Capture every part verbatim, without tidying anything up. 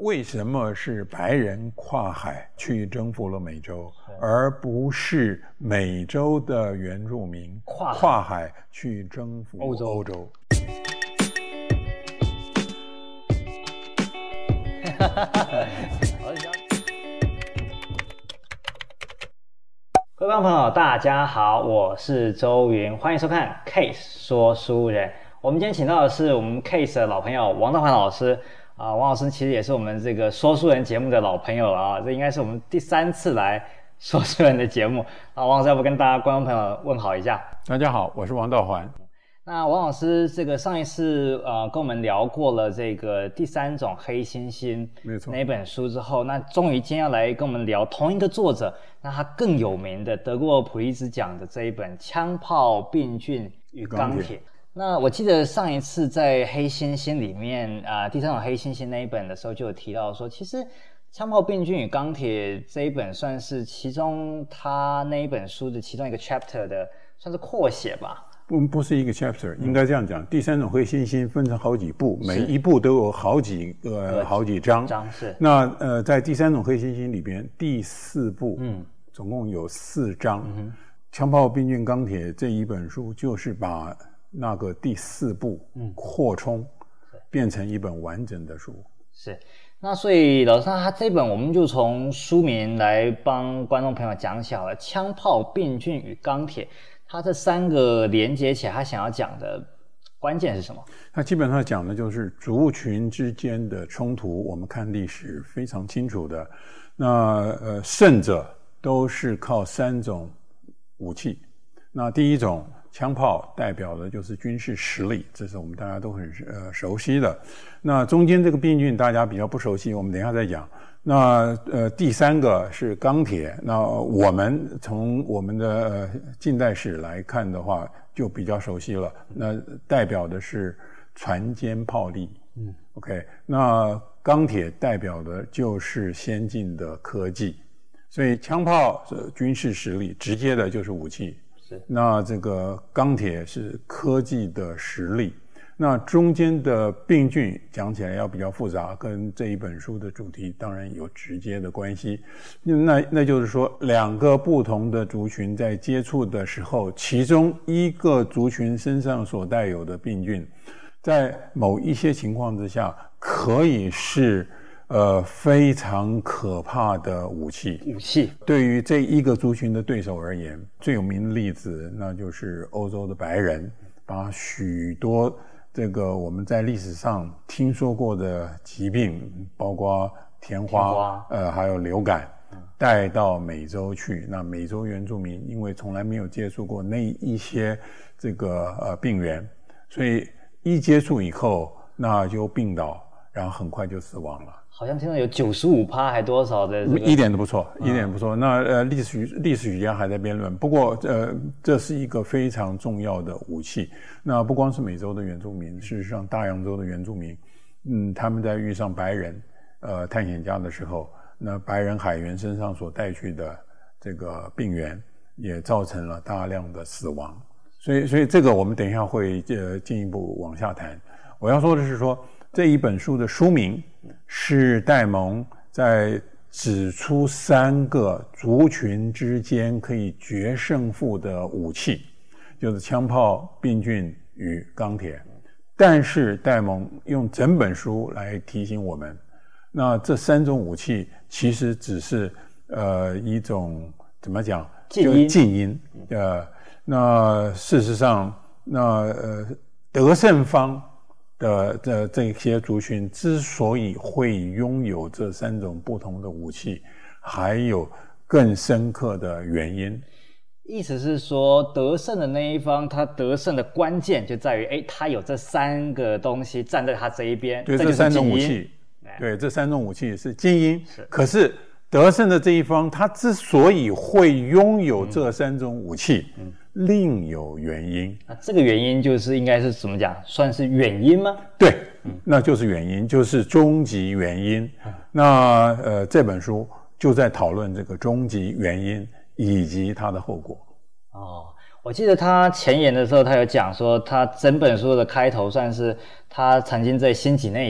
为什么是白人跨海去征服了美洲，而不是美洲的原住民跨海, 跨海去征服欧洲？欧洲各位观众朋友大家好，我是周云，欢迎收看 Case 说书人。我们今天请到的是我们 Case 的老朋友王道环老师啊，王老师其实也是我们这个说书人节目的老朋友了啊，这应该是我们第三次来说书人的节目啊。王老师要不跟大家观众朋友问好一下？ 大家好，我是王道环。 那王老师这个上一次呃跟我们聊过了这个第三种黑猩猩没错那本书之后，那终于今天要来跟我们聊同一个作者，那他更有名的得过普利兹奖的这一本《枪炮、病菌与钢铁》。那我记得上一次在黑猩猩里面啊、呃，第三种黑猩猩那一本的时候就有提到说，其实《枪炮、病菌与钢铁》这一本算是其中他那一本书的其中一个 chapter 的算是扩写吧。 不不是一个 chapter， 应该这样讲。第三种黑猩猩分成好几部，每一部都有好几个好几章。 章是。 那呃，在第三种黑猩猩里边，第四部，嗯，总共有四章。嗯，枪炮、病菌、钢铁这一本书就是把那个第四部扩充，变成一本完整的书。 是。那所以老师，他这本我们就从书名来帮观众朋友讲起好了，《枪炮、病菌与钢铁》。他这三个连接起来，他想要讲的关键是什么？ 他基本上讲的就是族群之间的冲突。我们看历史非常清楚的，那呃胜者都是靠三种武器。那第一种枪炮代表的就是军事实力，这是我们大家都很呃熟悉的。那中间这个病菌大家比较不熟悉，我们等一下再讲。那呃，第三个是钢铁。那我们从我们的、呃、近代史来看的话，就比较熟悉了。那代表的是船坚炮利。嗯 ，OK。那钢铁代表的就是先进的科技。所以枪炮是军事实力，直接的就是武器。 是。 那这个钢铁是科技的实力。那中间的病菌讲起来要比较复杂，跟这一本书的主题当然有直接的关系。那那就是说，两个不同的族群在接触的时候，其中一个族群身上所带有的病菌，在某一些情况之下，可以是呃非常可怕的武器。 武器对于这一个族群的对手而言，最有名的例子那就是欧洲的白人，把许多这个我们在历史上听说过的疾病，包括天花, 天花呃，还有流感，带到美洲去。那美洲原住民因为从来没有接触过那一些这个呃病原，所以一接触以后，那就病倒，然后很快就死亡了。 好像听到有 百分之九十五 还多少的、这个、 一点都不错，一点不错。那呃，历史历史学家还在辩论。不过呃，这是一个非常重要的武器。那不光是美洲的原住民，事实上大洋洲的原住民，嗯，他们在遇上白人呃探险家的时候，那白人海员身上所带去的这个病原，也造成了大量的死亡。所以，所以这个我们等一下会呃进一步往下谈。我要说的是说，这一本书的书名是戴蒙在指出三个族群之间可以决胜负的武器，就是枪炮、病菌与钢铁。但是戴蒙用整本书来提醒我们，那这三种武器其实只是呃一种怎么讲？ 静音。 静音。呃，那事实上，那呃得胜方的这这些族群之所以会拥有这三种不同的武器，还有更深刻的原因。 意思是说，得胜的那一方，他得胜的关键就在于，哎，他有这三个东西站在他这一边。 对， 这这三种武器，对，这三种武器是精英。是，可是得胜的这一方，他之所以会拥有这三种武器，嗯，另有原因。 那这个原因就是应该是怎么讲？算是原因吗？ 对，嗯，那就是原因，就是终极原因。嗯、那呃，这本书就在讨论这个终极原因以及它的后果。 哦，我记得他前言的时候，他有讲说，他整本书的开头算是他曾经在新几内亚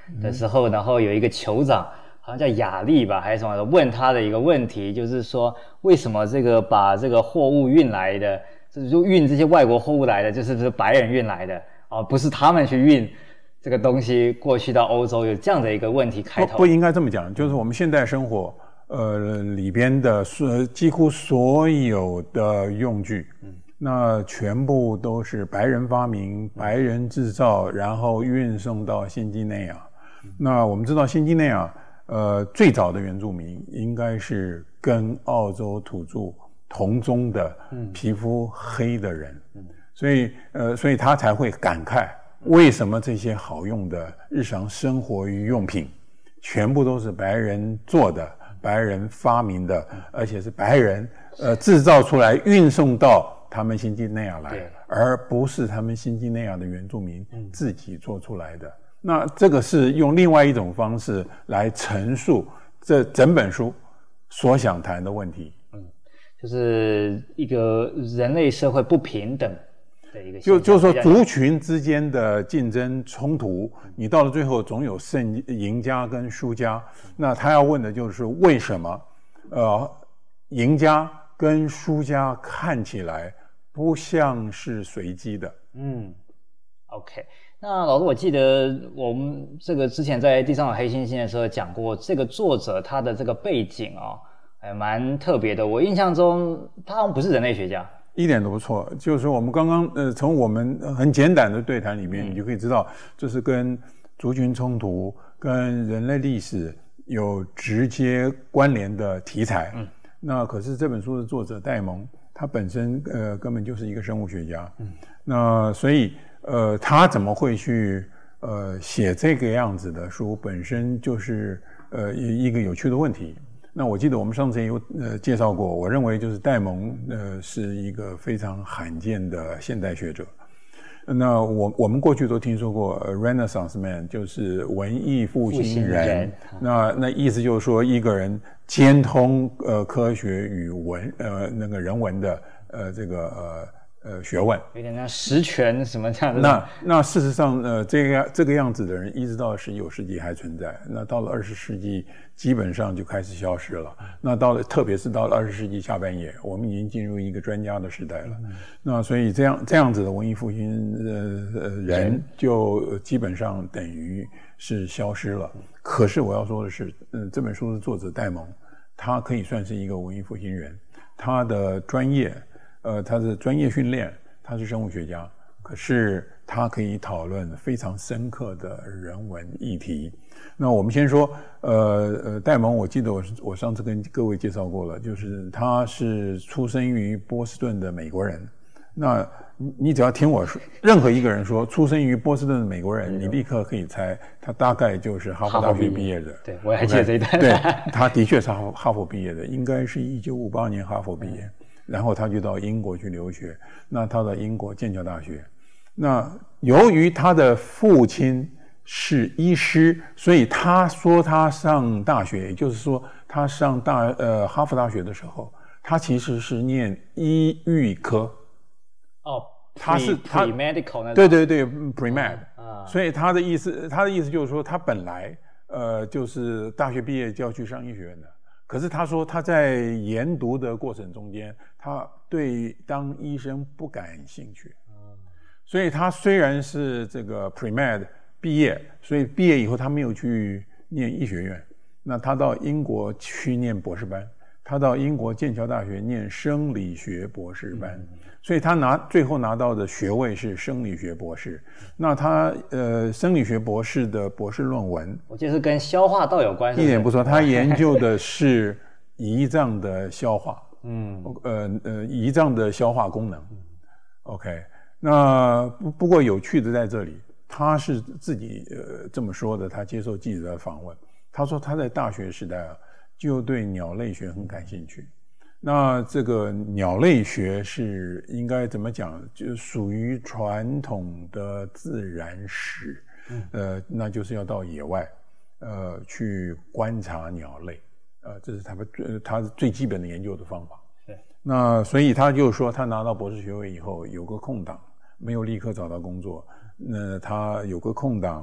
的时候，嗯、然后有一个酋长，好像叫雅利吧，还是什么的，问他的一个问题，就是说为什么这个把这个货物运来的，就是说运这些外国货物来的，就是不是白人运来的啊，不是他们去运这个东西过去到欧洲，有这样的一个问题开头。 不不应该这么讲，就是我们现代生活。呃，里边的所几乎所有的用具，嗯，那全部都是白人发明、白人制造，然后运送到新几内亚。嗯、那我们知道新几内亚，呃，最早的原住民应该是跟澳洲土著同宗的，皮肤黑的人，嗯，所以呃，所以他才会感慨，为什么这些好用的日常生活用品，全部都是白人做的。白人发明的，而且是白人呃制造出来，运送到他们新几内亚来，而不是他们新几内亚的原住民自己做出来的。嗯、那这个是用另外一种方式来陈述这整本书所想谈的问题。嗯， 就是一个人类社会不平等。 就就是说，族群之间的竞争冲突，你到了最后总有胜赢家跟输家。那他要问的就是为什么，呃，赢家跟输家看起来不像是随机的？ 嗯 ，OK。那老师，我记得我们这个之前在《地上有黑猩猩》的时候讲过，这个作者他的这个背景哦，还蛮特别的。我印象中，他好像不是人类学家。 一点都不错，就是说我们刚刚呃从我们很简短的对谈里面，嗯、你就可以知道，这是跟族群冲突、跟人类历史有直接关联的题材。嗯，那可是这本书的作者戴蒙，他本身呃根本就是一个生物学家。嗯，那所以呃他怎么会去呃写这个样子的书，本身就是呃一一个有趣的问题。那我记得我们上次也有呃介绍过，我认为就是戴蒙呃是一个非常罕见的现代学者。那我我们过去都听说过 Renaissance Man， 就是文艺复兴人。人那那意思就是说一个人兼通呃科学与文呃那个人文的呃这个呃呃学问， 有点像实权什么这样的。 那那事实上呃这个这个样子的人一直到十九世纪还存在，那到了二十世纪基本上就开始消失了。那到了特别是到了二十世纪下半叶，我们已经进入一个专家的时代了。嗯、那所以这样这样子的文艺复兴呃呃人就基本上等于是消失了。可是我要说的是，嗯、呃，这本书的作者戴蒙，他可以算是一个文艺复兴人，他的专业。呃，他是专业训练，他是生物学家，可是他可以讨论非常深刻的人文议题。那我们先说，呃呃，戴蒙，我记得我我上次跟各位介绍过了，就是他是出生于波士顿的美国人。那你只要听我说，任何一个人说出生于波士顿的美国人，你立刻可以猜，他大概就是哈佛大学毕业的。 对，我还记得这一段。 对，他的确是哈佛哈佛毕业的，应该是一九五八年哈佛毕业。然后他就到英国去留学，那他到英国剑桥大学。那由于他的父亲是医师，所以他说他上大学，也就是说他上大呃哈佛大学的时候，他其实是念医育科。 哦， 他是他 pre-medical 那种。 对对对 ，pre-med、哦。所以他的意思，他的意思就是说，他本来呃就是大学毕业就要去上医学院的。可是他说他在研读的过程中间，他对当医生不感兴趣，所以他虽然是这个 pre-med 毕业，所以毕业以后他没有去念医学院，那他到英国去念博士班，他到英国剑桥大学念生理学博士班。嗯，所以他拿最后拿到的学位是生理学博士。那他呃生理学博士的博士论文， 我记得是跟消化道有关系。 一点不错，他研究的是胰脏的消化，嗯，呃呃胰脏的消化功能。OK， 那不不过有趣的在这里，他是自己呃这么说的，他接受记者的访问，他说他在大学时代啊就对鸟类学很感兴趣。那这个鸟类学是应该怎么讲？就属于传统的自然史，嗯、呃，那就是要到野外，呃，去观察鸟类，呃，这是他们最他最基本的研究的方法。对，那所以他就说，他拿到博士学位以后，有个空档，没有立刻找到工作，那他有个空档，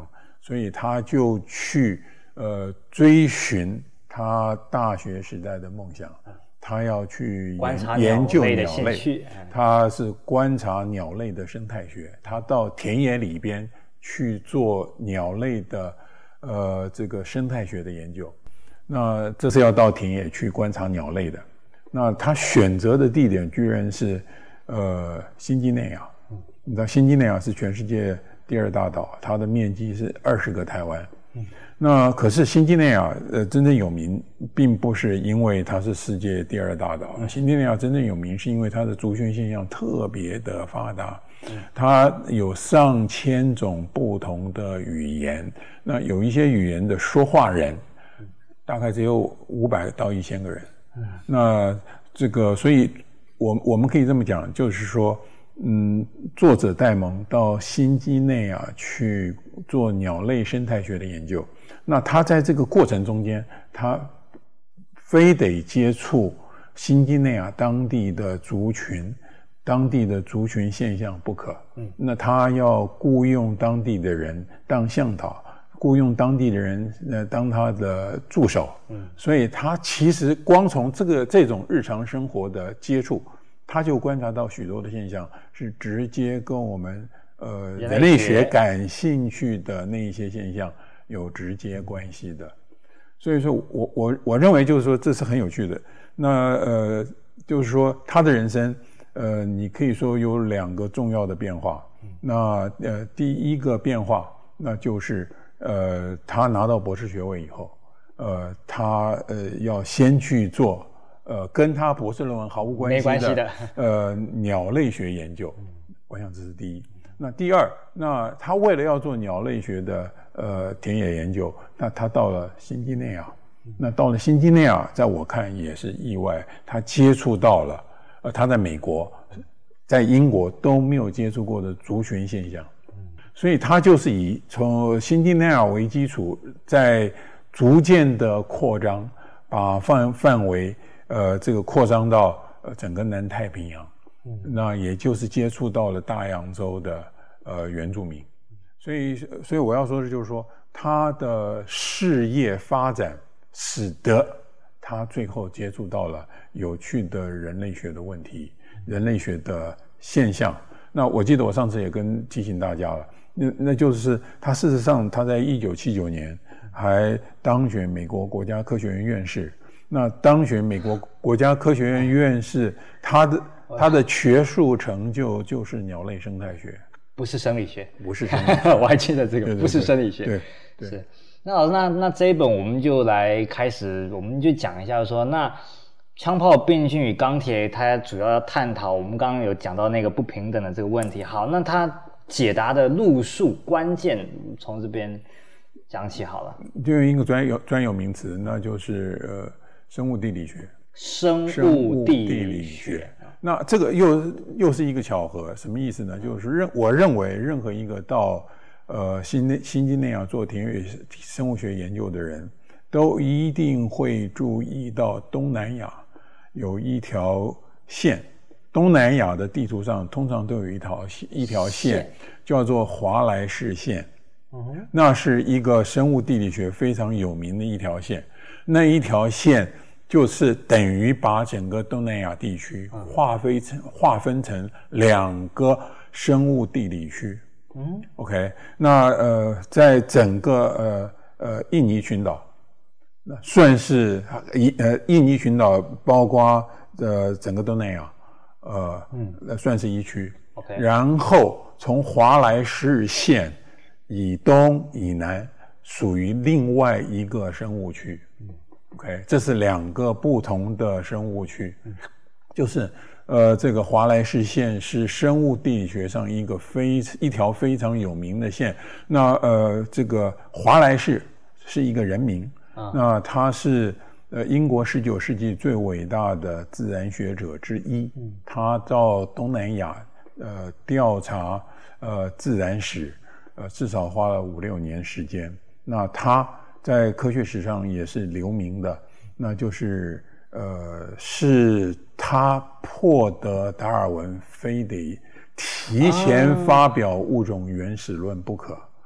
所以他就去呃追寻他大学时代的梦想，他要去研究鸟类，他是观察鸟类的生态学，他到田野里边去做鸟类的呃这个生态学的研究。那这是要到田野去观察鸟类的。那他选择的地点居然是呃新几内亚。你知道新几内亚是全世界第二大岛，它的面积是二十个台湾。那可是新几内亚呃真正有名，并不是因为它是世界第二大岛。新几内亚真正有名是因为它的族群现象特别的发达，它有上千种不同的语言，那有一些语言的说话人大概只有五百到一千个人。那这个，所以我我们可以这么讲，就是说，嗯，作者戴蒙到新几内亚去做鸟类生态学的研究。那他在这个过程中间，他非得接触新几内亚当地的族群、当地的族群现象不可。嗯，那他要雇佣当地的人当向导。雇佣当地的人呃当他的助手，嗯，所以他其实光从这个这种日常生活的接触，他就观察到许多的现象是直接跟我们呃人类学感兴趣的那一些现象有直接关系的。所以说我我我认为就是说这是很有趣的。那呃就是说他的人生呃你可以说有两个重要的变化。那呃第一个变化那就是呃，他拿到博士学位以后，呃，他呃要先去做呃跟他博士论文毫无关系的， 没关系的呃鸟类学研究，我想这是第一。那第二，那他为了要做鸟类学的呃田野研究，那他到了新几内亚，那到了新几内亚，在我看也是意外，他接触到了呃他在美国、在英国都没有接触过的族群现象。所以他就是以从新几内亚为基础，在逐渐的扩张，把范范围呃这个扩张到呃整个南太平洋，嗯、那也就是接触到了大洋洲的呃原住民。所以所以我要说的就是说，他的事业发展使得他最后接触到了有趣的人类学的问题、人类学的现象。那我记得我上次也跟提醒大家了。那那就是他事实上他在一九七九年还当选美国国家科学院院士。那当选美国国家科学院院士，他的他的学术成就就是鸟类生态学， 不是生理学， 不是生理学。 我还记得这个， 对对对， 不是生理学。 对对。 是。那老师，那那这一本我们就来开始，我们就讲一下说，那枪炮、病菌与钢铁，它主要要探讨我们刚刚有讲到那个不平等的这个问题。好，那它解答的路数关键从这边讲起好了。 就用一个专有专有名词，那就是呃生物地理学。 生物地理学。 那这个又又是一个巧合，什么意思呢？就是认我认为任何一个到呃新新几内亚做田野生物学研究的人，都一定会注意到东南亚有一条线。东南亚的地图上通常都有一条一条线，叫做华莱士线。嗯，那是一个生物地理学非常有名的一条线。那一条线就是等于把整个东南亚地区划分成划分成两个生物地理区。嗯 ，OK， 那呃，在整个呃呃印尼群岛，那算是呃印尼群岛包括呃整个东南亚。呃，嗯，那算是一区。 OK， 然后从华莱士线以东以南属于另外一个生物区。嗯 OK， 这是两个不同的生物区。嗯，就是呃，这个华莱士线是生物地理学上一个非一条非常有名的线。那呃，这个华莱士是一个人名，啊、那他是。呃，英国十九世纪最伟大的自然学者之一，嗯、他到东南亚呃调查呃自然史，呃至少花了五六年时间。那他在科学史上也是留名的，那就是呃是他迫得达尔文非得提前发表物种原始论不可。啊、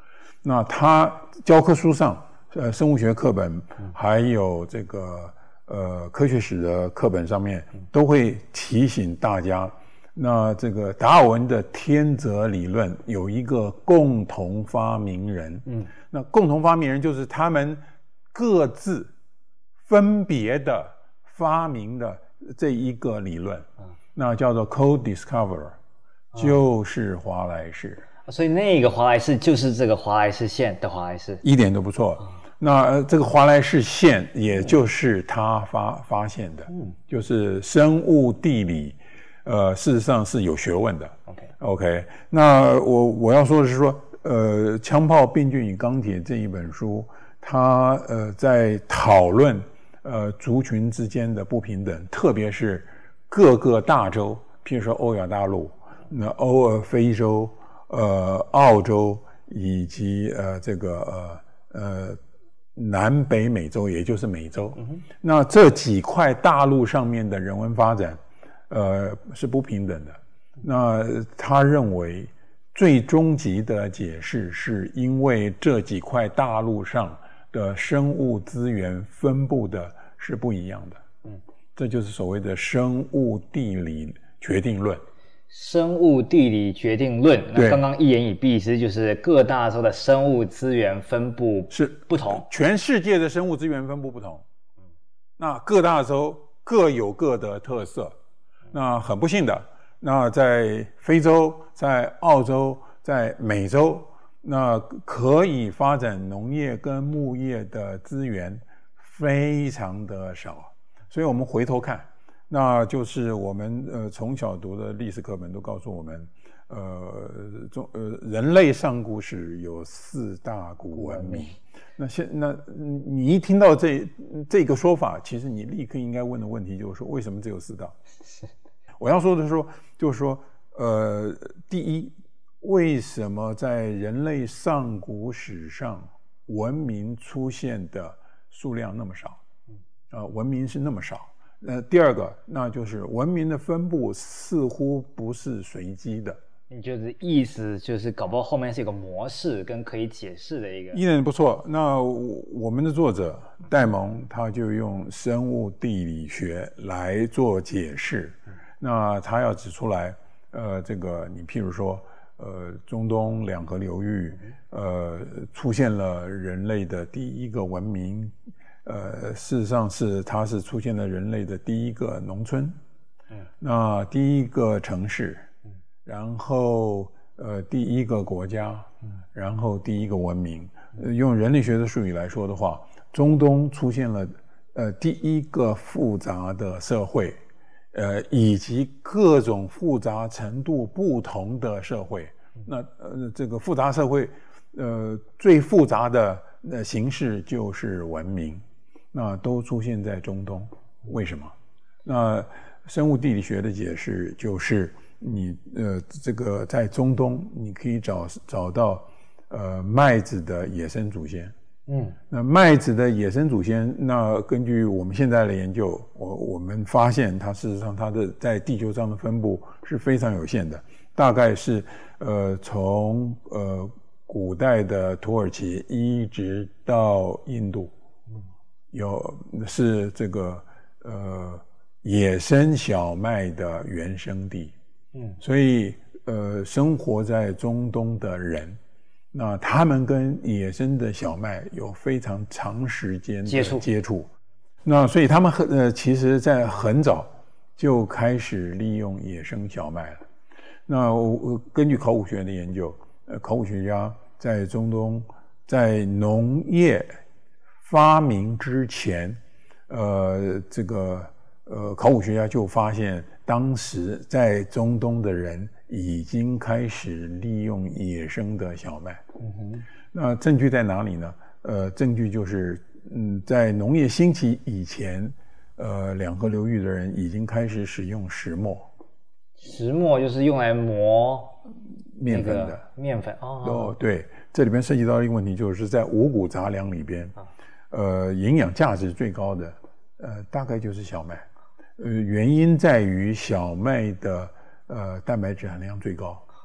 那它教科书上，呃，生物学课本还有这个呃科学史的课本上面都会提醒大家，那这个达尔文的天择理论有一个共同发明人，嗯，那共同发明人就是他们各自分别的发明的这一个理论，嗯，那叫做 co-discoverer，嗯，就是华莱士。 所以那个华莱士就是这个华莱士线的华莱士， 一点都不错。嗯，那、呃、这个华莱士线也就是他发发现的，嗯，就是生物地理，呃，事实上是有学问的。OK OK， 那我我要说的是说，呃，《枪炮、病菌与钢铁》这一本书，它呃在讨论呃族群之间的不平等，特别是各个大洲，譬如说欧亚大陆、那欧呃非洲。呃，澳洲以及呃这个呃呃南北美洲，也就是美洲，嗯，那这几块大陆上面的人文发展，呃是不平等的。那他认为最终极的解释是因为这几块大陆上的生物资源分布的是不一样的，嗯，这就是所谓的生物地理决定论。 生物地理决定论，那刚刚一言以蔽之，就是各大洲的生物资源分布是不同， 全世界的生物资源分布不同，嗯，那各大洲各有各的特色，那很不幸的，那在非洲、在澳洲、在美洲，那可以发展农业跟牧业的资源非常的少，所以我们回头看。那就是我们呃从小读的历史课本都告诉我们，呃中呃人类上古史有四大古文明。那现那你一听到这这个说法，其实你立刻应该问的问题就是说，为什么只有四大？我要说的是说，就是说，呃，第一，为什么在人类上古史上文明出现的数量那么少？啊、呃，文明是那么少。呃，第二个，那就是文明的分布似乎不是随机的。 你就是意思就是搞不好后面是有个模式跟可以解释的一个。 一点不错。那我们的作者戴蒙他就用生物地理学来做解释。那他要指出来，呃，这个你譬如说，呃，中东两河流域，呃，出现了人类的第一个文明。呃，事实上是它是出现了人类的第一个农村，嗯，那第一个城市，嗯，然后呃第一个国家，嗯，然后第一个文明。呃、用人类学的术语来说的话，中东出现了呃第一个复杂的社会，呃以及各种复杂程度不同的社会。那呃这个复杂社会，呃最复杂的呃形式就是文明。那都出现在中东，为什么？那生物地理学的解释就是你呃这个在中东你可以找找到呃麦子的野生祖先，嗯，那麦子的野生祖先，那根据我们现在的研究，我我们发现它事实上它的在地球上的分布是非常有限的，大概是呃从呃古代的土耳其一直到印度。有是这个呃野生小麦的原生地，嗯，所以呃生活在中东的人，那他们跟野生的小麦有非常长时间的接触，接触，那所以他们很呃其实在很早就开始利用野生小麦了。那我我根据考古学的研究，呃考古学家在中东在农业发明之前，呃，这个呃，考古学家就发现，当时在中东的人已经开始利用野生的小麦。嗯哼，那证据在哪里呢？呃，证据就是，嗯，在农业兴起以前，呃，两河流域的人已经开始使用石磨。 石磨就是用来磨面粉的， 那个、面粉哦。 哦，对，这里边涉及到一个问题，就是在五谷杂粮里边。啊呃，营养价值最高的，呃，大概就是小麦，呃，原因在于小麦的呃蛋白质含量最高，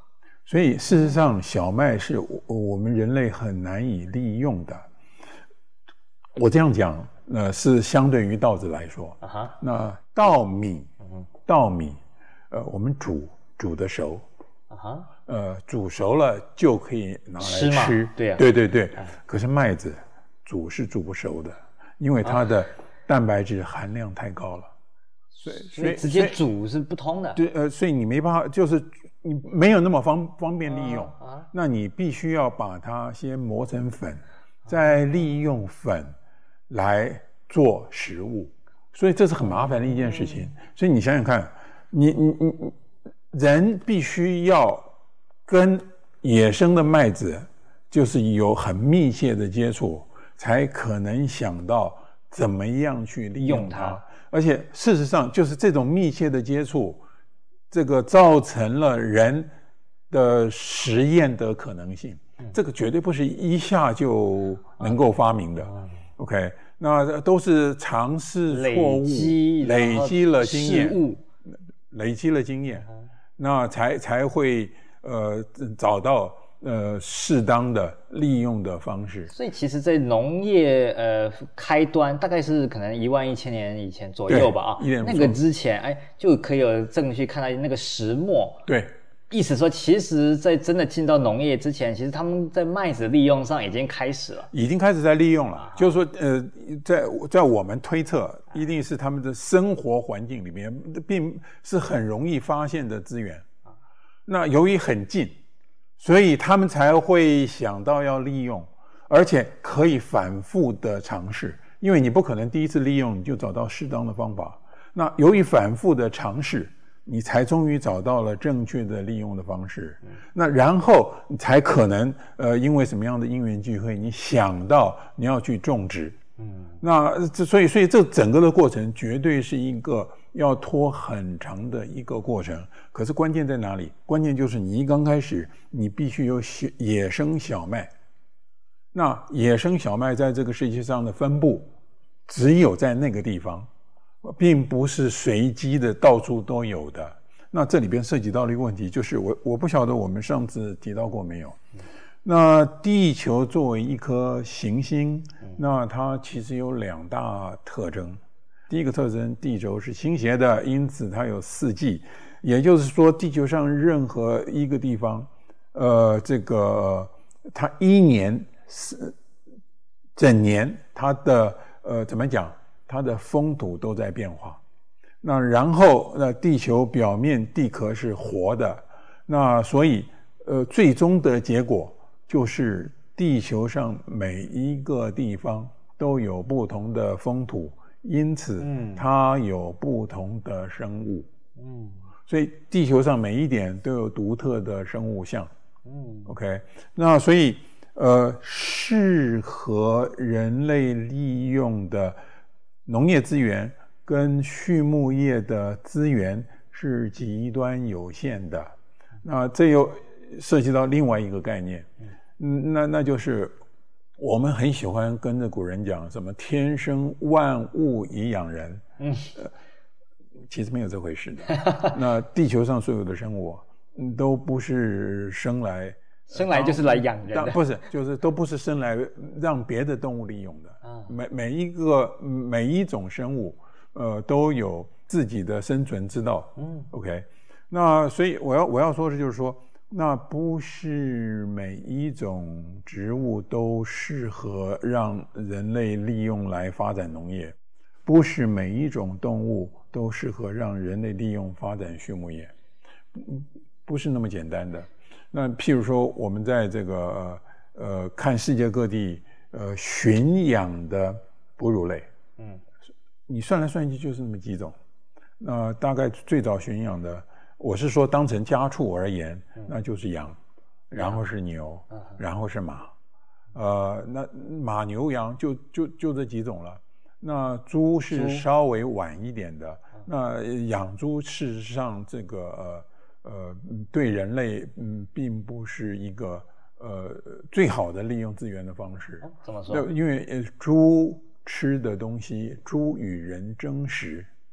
所以事实上小麦是我们人类很难以利用的。我这样讲呃，是相对于稻子来说、uh-huh. 那稻米、uh-huh. 稻米呃，我们煮煮得熟、uh-huh. 呃，煮熟了就可以拿来吃， 吃对啊， 对对对、uh-huh. 可是麦子煮是煮不熟的，因为它的蛋白质含量太高了， 所以所以直接煮是不通的。 对，呃，所以你没办法，就是你没有那么方方便利用、uh-huh. 那你必须要把它先磨成粉， uh-huh. 再利用粉来做食物，所以这是很麻烦的一件事情。所以你想想看，你你你人必须要跟野生的麦子就是有很密切的接触，才可能想到怎么样去利用它。用它而且事实上，就是这种密切的接触，这个造成了人的实验的可能性。嗯、这个绝对不是一下就能够发明的。嗯、OK。那都是尝试错误，累积了经验，累积了经验，嗯、那才才会呃找到呃适当的利用的方式。 所以其实，在农业呃开端，大概是可能一万一千年以前左右吧啊，那个之前哎就可以有证据看到那个石磨。 对。 意思说，其实在真的进到农业之前，其实他们在麦子利用上已经开始了， 已经开始在利用了。啊、就是说，呃，在在我们推测，一定是他们的生活环境里面，并是很容易发现的资源。啊、那由于很近，所以他们才会想到要利用，而且可以反复的尝试，因为你不可能第一次利用你就找到适当的方法。那由于反复的尝试，你才终于找到了正确的利用的方式，嗯、那然后你才可能呃，因为什么样的因缘聚会，你想到你要去种植，嗯，那这所以所以这整个的过程绝对是一个要拖很长的一个过程。可是关键在哪里？关键就是你一刚开始，你必须有野生小麦。那野生小麦在这个世界上的分布，只有在那个地方。并不是随机的到处都有的。那这里边涉及到了一个问题，就是我我不晓得我们上次提到过没有。那地球作为一颗行星，那它其实有两大特征。第一个特征，地轴是倾斜的，因此它有四季，也就是说地球上任何一个地方，呃，这个它一年是整年它的呃怎么讲？它的风土都在变化，那然后那地球表面地壳是活的，那所以呃最终的结果就是地球上每一个地方都有不同的风土，因此它有不同的生物，嗯，所以地球上每一点都有独特的生物相，嗯 ，OK， 那所以呃适合人类利用的农业资源跟畜牧业的资源是极端有限的，那这又涉及到另外一个概念，嗯，那那就是我们很喜欢跟着古人讲什么天生万物以养人，嗯，呃，其实没有这回事的。那地球上所有的生物，嗯，都不是生来生来就是来养人的， 不是，就是都不是生来让别的动物利用的。嗯、每每一个每一种生物，呃，都有自己的生存之道。嗯 ，OK， 那所以我要我要说的就是说，那不是每一种植物都适合让人类利用来发展农业，不是每一种动物都适合让人类利用发展畜牧业，不是那么简单的。那譬如说，我们在这个呃看世界各地呃驯养的哺乳类，嗯，你算来算去就是那么几种。那大概最早驯养的，我是说当成家畜而言，嗯、那就是羊，然后是牛，嗯、然后是马，呃，那马牛羊就就就这几种了。那猪是稍微晚一点的，那养猪事实上这个呃。呃，对人类嗯，并不是一个呃最好的利用资源的方式。 哦、怎么说？ 因为呃，猪吃的东西，猪与人争食，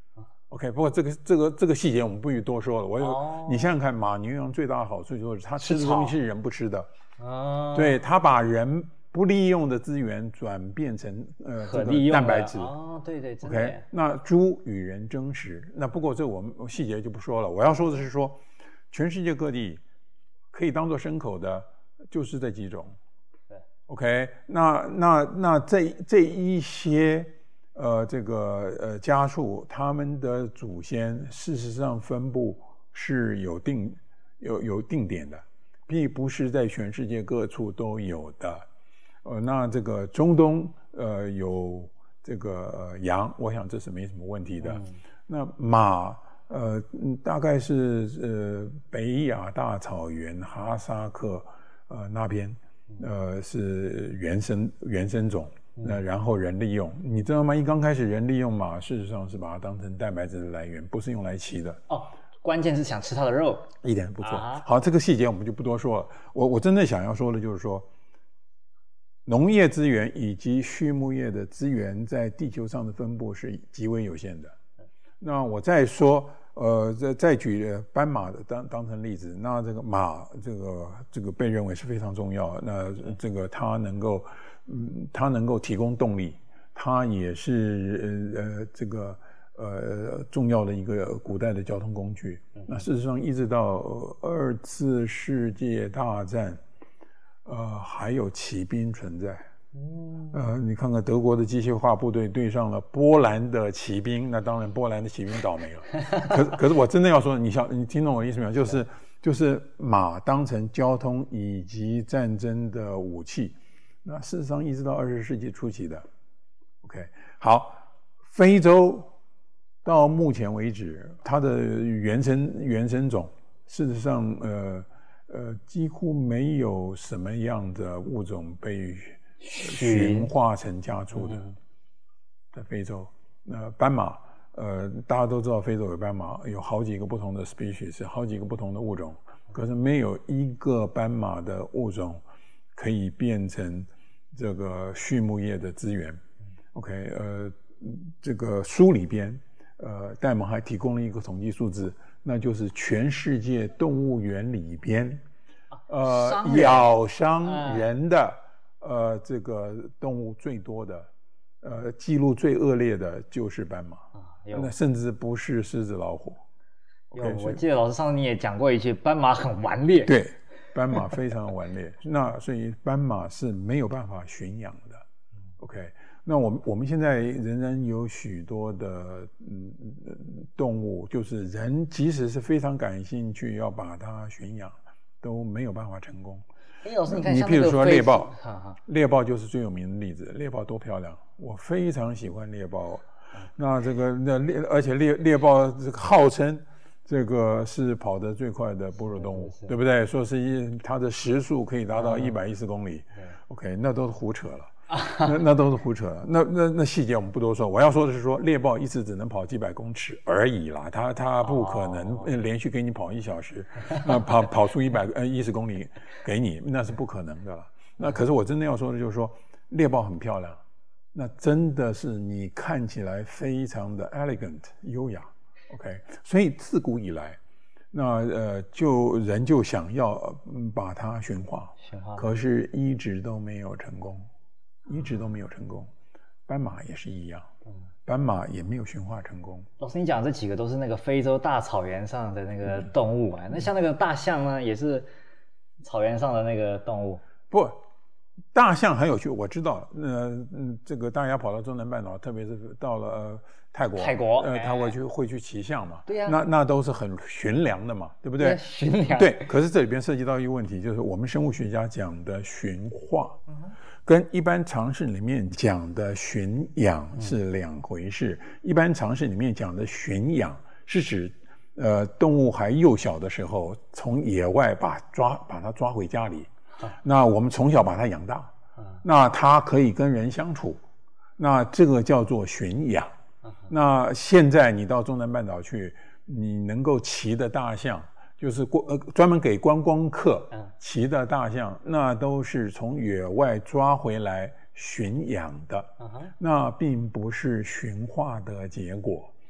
OK， 不过这个这个这个细节我们不予多说了。我有、 哦、 你想想看，马牛羊最大的好处就是它吃的东西是人不吃的。 哦、 对，它把人不利用的资源转变成呃这个蛋白质。 哦，对对，真的。 OK， 那猪与人争食，那不过这我们细节就不说了。我要说的是说，全世界各地可以当做牲口的，就是这几种。 对 ，OK， 那那那这这一些。呃，这个呃家畜，他们的祖先事实上分布是有定有有定点的，并不是在全世界各处都有的。呃，那这个中东呃有这个、呃、羊，我想这是没什么问题的。嗯、那马呃大概是呃北亚大草原哈萨克呃那边呃是原生原生种。那然后人利用，你知道吗？一刚开始人利用马，事实上是把它当成蛋白质的来源，不是用来骑的。 哦，关键是想吃它的肉， 一点不错。啊、好，这个细节我们就不多说了。我我真正想要说的就是说，农业资源以及畜牧业的资源在地球上的分布是极为有限的。那我再说，呃，再再举斑马的当当成例子，那这个马，这个这个被认为是非常重要。那这个它能够。嗯，它能够提供动力，它也是呃呃这个呃重要的一个古代的交通工具。那事实上，一直到二次世界大战，呃，还有骑兵存在。嗯，呃，你看看德国的机械化部队对上了波兰的骑兵，那当然波兰的骑兵倒霉了。可是可是我真的要说，你想你听懂我的意思没有？就是就是马当成交通以及战争的武器。那事实上，一直到二十世纪初期的 ，OK， 好，非洲到目前为止，它的原生原生种，事实上，呃呃，几乎没有什么样的物种被驯化成家畜的，在非洲。那斑马，呃，大家都知道非洲有斑马，有好几个不同的 species， 好几个不同的物种，可是没有一个斑马的物种可以变成这个畜牧业的资源。OK， 呃，这个书里边，呃，戴蒙还提供了一个统计数字，那就是全世界动物园里边，呃，咬伤人的，呃，这个动物最多的，呃，记录最恶劣的就是斑马，那甚至不是狮子老虎。 有， okay， 我记得老师上次你也讲过一句，斑马很顽劣。 对。斑马非常顽劣，那所以斑马是没有办法驯养的。OK， 那我们我们现在仍然有许多的嗯动物，就是人即使是非常感兴趣要把它驯养，都没有办法成功。 哎，老师，你看， 你譬如说猎豹，猎豹就是最有名的例子。猎豹多漂亮，我非常喜欢猎豹。那这个那猎，而且猎猎豹这个号称。这个是跑得最快的哺乳动物，对不对？说是一它的时速可以达到一百一十公里。嗯、OK， 那都是胡扯了，那那都是胡扯了。那那那细节我们不多说。我要说的是说，猎豹一次只能跑几百公尺而已啦，它它不可能连续给你跑一小时，那跑跑出一百呃一十公里给你，那是不可能的了。那可是我真的要说的就是说，猎豹很漂亮，那真的是你看起来非常的 elegant 优雅。OK， 所以自古以来，那呃，就人就想要、嗯、把它驯化，驯化，可是一直都没有成功，一直都没有成功。斑马也是一样，嗯、斑马也没有驯化成功。 老师，你讲这几个都是那个非洲大草原上的那个动物啊，嗯、那像那个大象呢，也是草原上的那个动物。 不。大象很有趣，我知道，呃，嗯，这个大家跑到中南半岛，特别是到了、呃、泰国， 泰国， 呃，他会去会去骑象嘛， 对呀、啊， 那那都是很驯良的嘛，对不对？ 驯良， 对。可是这里边涉及到一个问题，就是我们生物学家讲的驯化，嗯、跟一般常识里面讲的驯养是两回事。嗯、一般常识里面讲的驯养是指，呃，动物还幼小的时候，从野外把抓把它抓回家里。那我们从小把它养大，那它可以跟人相处，那这个叫做驯养。那现在你到中南半岛去，你能够骑的大象，就是呃专门给观光客骑的大象，那都是从野外抓回来驯养的，那并不是驯化的结果。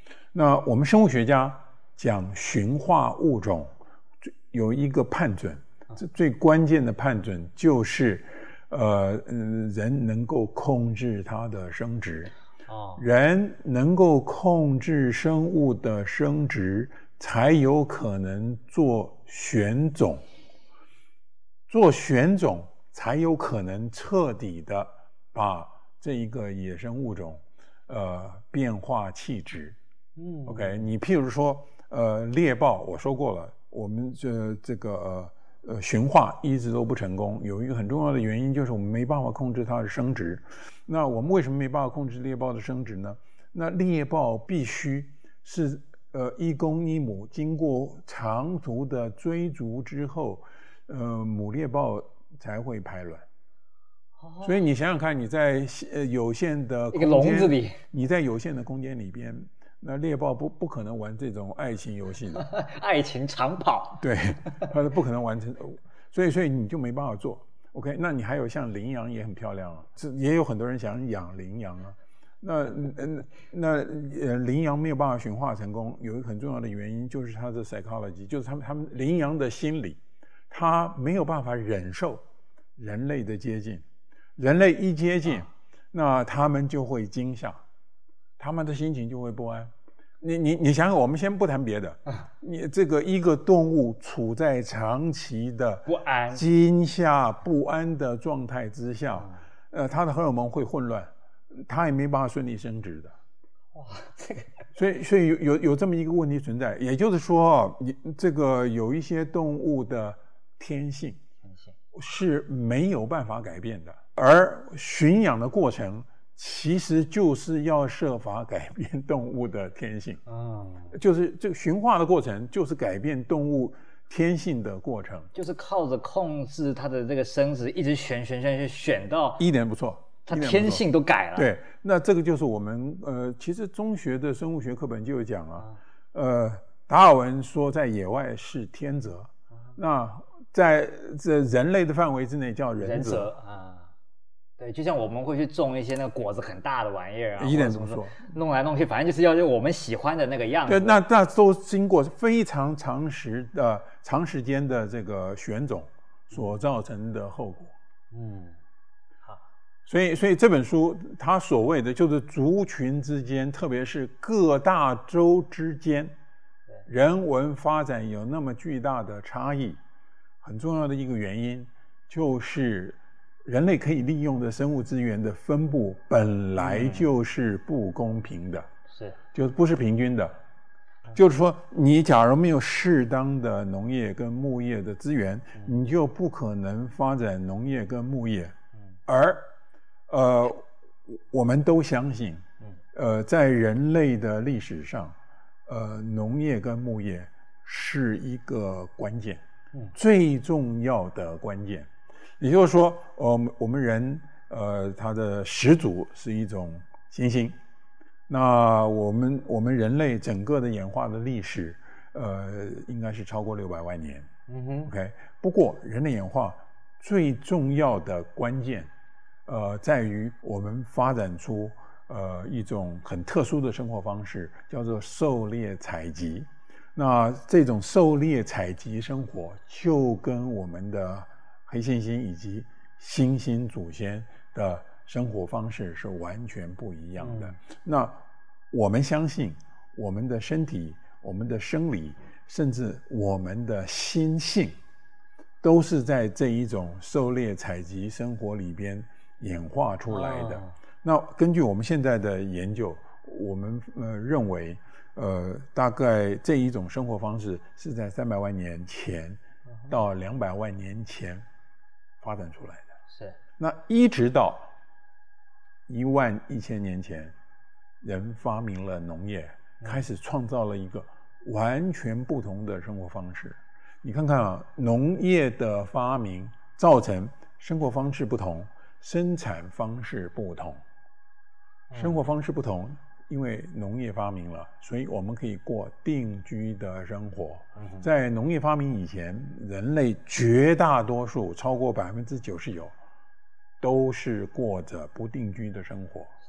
那我们生物学家讲驯化物种，有一个判准，这最关键的判准就是，呃，人能够控制它的生殖。哦，人能够控制生物的生殖，才有可能做选种，做选种才有可能彻底的把这一个野生物种，呃，变化气质。嗯 ，OK， 你譬如说，呃，猎豹，我说过了，我们这这个呃呃驯化一直都不成功，有一个很重要的原因就是我们没办法控制它的生殖。那我们为什么没办法控制猎豹的生殖呢？那猎豹必须是呃一公一母，经过长途的追逐之后，呃母猎豹才会排卵。哦、所以你想想看，你在呃有限的空间， 一个笼子里， 你在有限的空间里边，那猎豹不不可能玩这种爱情游戏的， 爱情长跑， 对，它是不可能完成，所以所以你就没办法做。OK， 那你还有像羚羊也很漂亮啊，这也有很多人想养羚羊啊。那那那呃，羚羊没有办法驯化成功，有一个很重要的原因就是它的 psychology， 就是他们他们羚羊的心理，它没有办法忍受人类的接近，人类一接近，那他们就会惊吓，他们的心情就会不安。你你你想想，我们先不谈别的，你这个一个动物处在长期的不安、 惊吓、不安的状态之下，呃，它的荷尔蒙会混乱，它也没办法顺利生殖的。哇，这个，所以所以有有有这么一个问题存在，也就是说，你这个有一些动物的天性是没有办法改变的，而驯养的过程其实就是要设法改变动物的天性，嗯，就是这个驯化的过程，就是改变动物天性的过程， 就是靠着控制它的这个生殖，一直选选选选选到一点不错， 它天性都改了。 对，那这个就是我们呃，其实中学的生物学课本就有讲啊，呃，达尔文说在野外是天择，嗯、那在这人类的范围之内叫人择， 人择啊。对，就像我们会去种一些那个果子很大的玩意儿啊， 一点不错， 弄来弄去，反正就是要我们喜欢的那个样子。 对，那那都经过非常长时的长时间的这个选种所造成的后果。嗯，好，所以所以这本书它所谓的就是族群之间，特别是各大洲之间，人文发展有那么巨大的差异，很重要的一个原因就是人类可以利用的生物资源的分布本来就是不公平的， 是， 就不是平均的。就是说，你假如没有适当的农业跟牧业的资源，你就不可能发展农业跟牧业。而，呃，我们都相信，呃，在人类的历史上，呃，农业跟牧业是一个关键，最重要的关键。也就是说，呃，我们人，呃，他的始祖是一种猩猩。那我们我们人类整个的演化的历史，呃，应该是超过六百万年。嗯哼 ，OK。不过，人类演化最重要的关键，呃，在于我们发展出呃一种很特殊的生活方式，叫做狩猎采集。那这种狩猎采集生活，就跟我们的黑猩猩以及猩猩祖先的生活方式是完全不一样的。嗯、那我们相信，我们的身体、我们的生理，甚至我们的心性，都是在这一种狩猎采集生活里边演化出来的。哦、那根据我们现在的研究，我们呃认为，呃，大概这一种生活方式是在三百万年前到两百万年前发展出来的。 是。 那一直到一万一千年前，人发明了农业，开始创造了一个完全不同的生活方式。你看看啊，农业的发明造成生活方式不同，生产方式不同。生活方式不同，因为农业发明了，所以我们可以过定居的生活。在农业发明以前，人类绝大多数超过百分之九十九都是过着不定居的生活。 是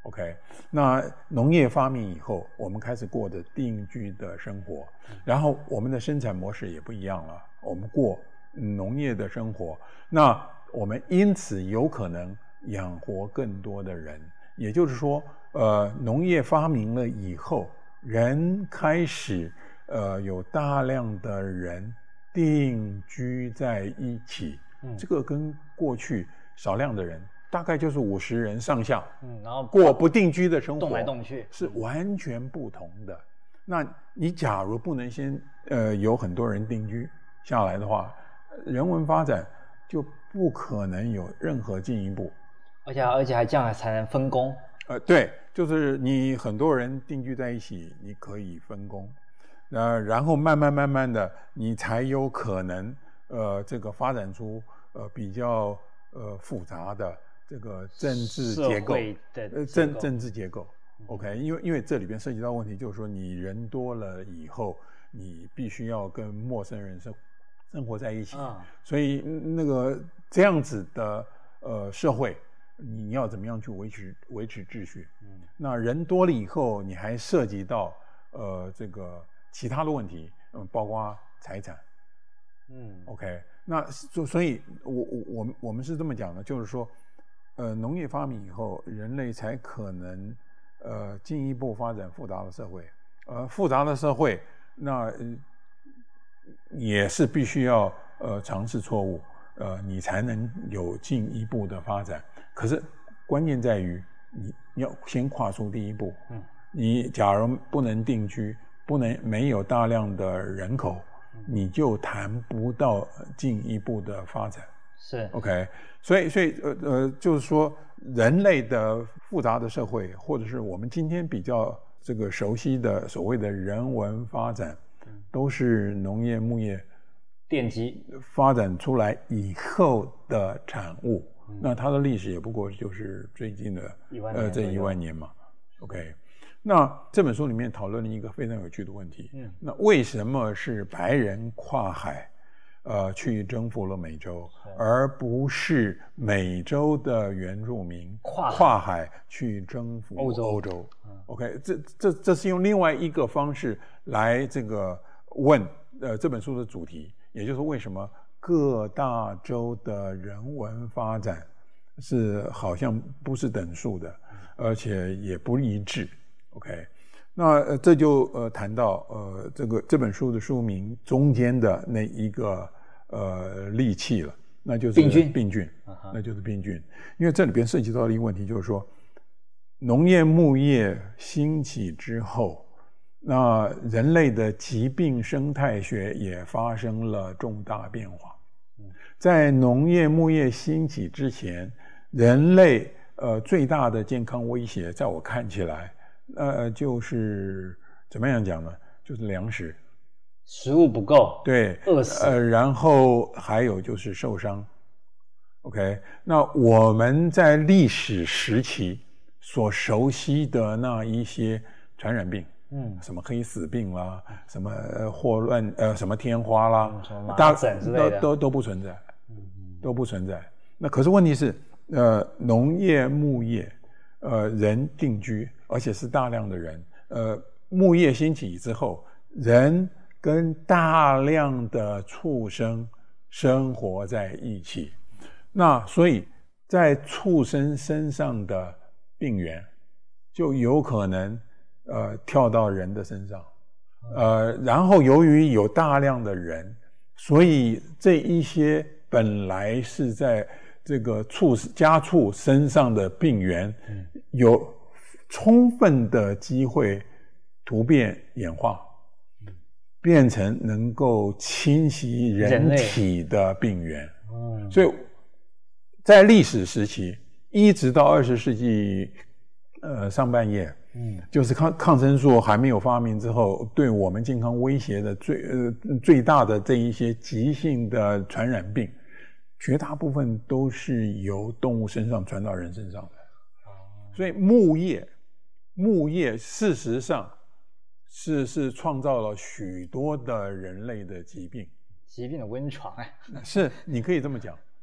OK， 那农业发明以后，我们开始过着定居的生活，然后我们的生产模式也不一样了，我们过农业的生活，那我们因此有可能养活更多的人，也就是说，呃，农业发明了以后，人开始呃有大量的人定居在一起，嗯，这个跟过去少量的人。大概就是五十人上下， 嗯，然后过不定居的生活， 动来动去是完全不同的。那你假如不能先呃有很多人定居下来的话，人文发展就不可能有任何进一步。 而且而且还这样才能分工。 呃，对，就是你很多人定居在一起，你可以分工，呃，然后慢慢慢慢的，你才有可能呃这个发展出呃比较呃复杂的。这个政治结构， 呃， 政政治结构 ，OK， 因为因为这里边涉及到问题，就是说你人多了以后，你必须要跟陌生人生生活在一起，嗯、所以那个这样子的呃社会，你要怎么样去维持维持秩序？嗯，那人多了以后，你还涉及到呃这个其他的问题，嗯，包括财产，嗯 ，OK， 那所所以我我我们我们是这么讲的，就是说。呃，农业发明以后，人类才可能呃进一步发展复杂的社会。呃，复杂的社会，那、呃、也是必须要呃尝试错误，呃，你才能有进一步的发展。可是关键在于你要先跨出第一步。嗯，你假如不能定居，不能没有大量的人口，你就谈不到进一步的发展。 是 OK， 所以所以呃呃，就是说人类的复杂的社会，或者是我们今天比较这个熟悉的所谓的人文发展，嗯、都是农业牧业奠基发展出来以后的产物。嗯、那它的历史也不过就是最近的呃这一万年嘛。OK， 那这本书里面讨论了一个非常有趣的问题，嗯，那为什么是白人跨海？呃，去征服了美洲，而不是美洲的原住民跨海, 跨海去征服欧洲。欧洲 OK， 这这这是用另外一个方式来这个问呃这本书的主题，也就是为什么各大洲的人文发展是好像不是等数的，而且也不一致。OK。那呃这就呃谈到呃这个这本书的书名中间的那一个呃利器了，那就是病菌， 病菌，那就是病菌。因为这里边涉及到的一个问题就是说，农业牧业兴起之后，那人类的疾病生态学也发生了重大变化。在农业牧业兴起之前，人类呃最大的健康威胁，在我看起来。呃，就是怎么样讲呢？就是粮食， 食物不够， 对， 饿死。 呃，然后还有就是受伤。OK， 那我们在历史时期所熟悉的那一些传染病，嗯，什么黑死病啦，什么霍乱，呃，什么天花啦， 嗯、什么麻疹之类的， 都都都不存在，嗯，都不存在。那可是问题是，呃，农业牧业。呃，人定居，而且是大量的人。呃，牧业兴起之后，人跟大量的畜生生活在一起。那所以，在畜生身上的病源，就有可能呃跳到人的身上。呃，然后由于有大量的人，所以这一些本来是在这个畜家畜身上的病源，有充分的机会突变演化，变成能够侵袭人体的病源。所以在历史时期一直到二十世纪呃上半叶，嗯，就是抗抗生素还没有发明之后，对我们健康威胁的最呃最大的这一些急性的传染病，绝大部分都是由动物身上传到人身上的。所以牧业牧业事实上是是创造了许多的人类的疾病， 疾病的温床哎， 是你可以这么讲。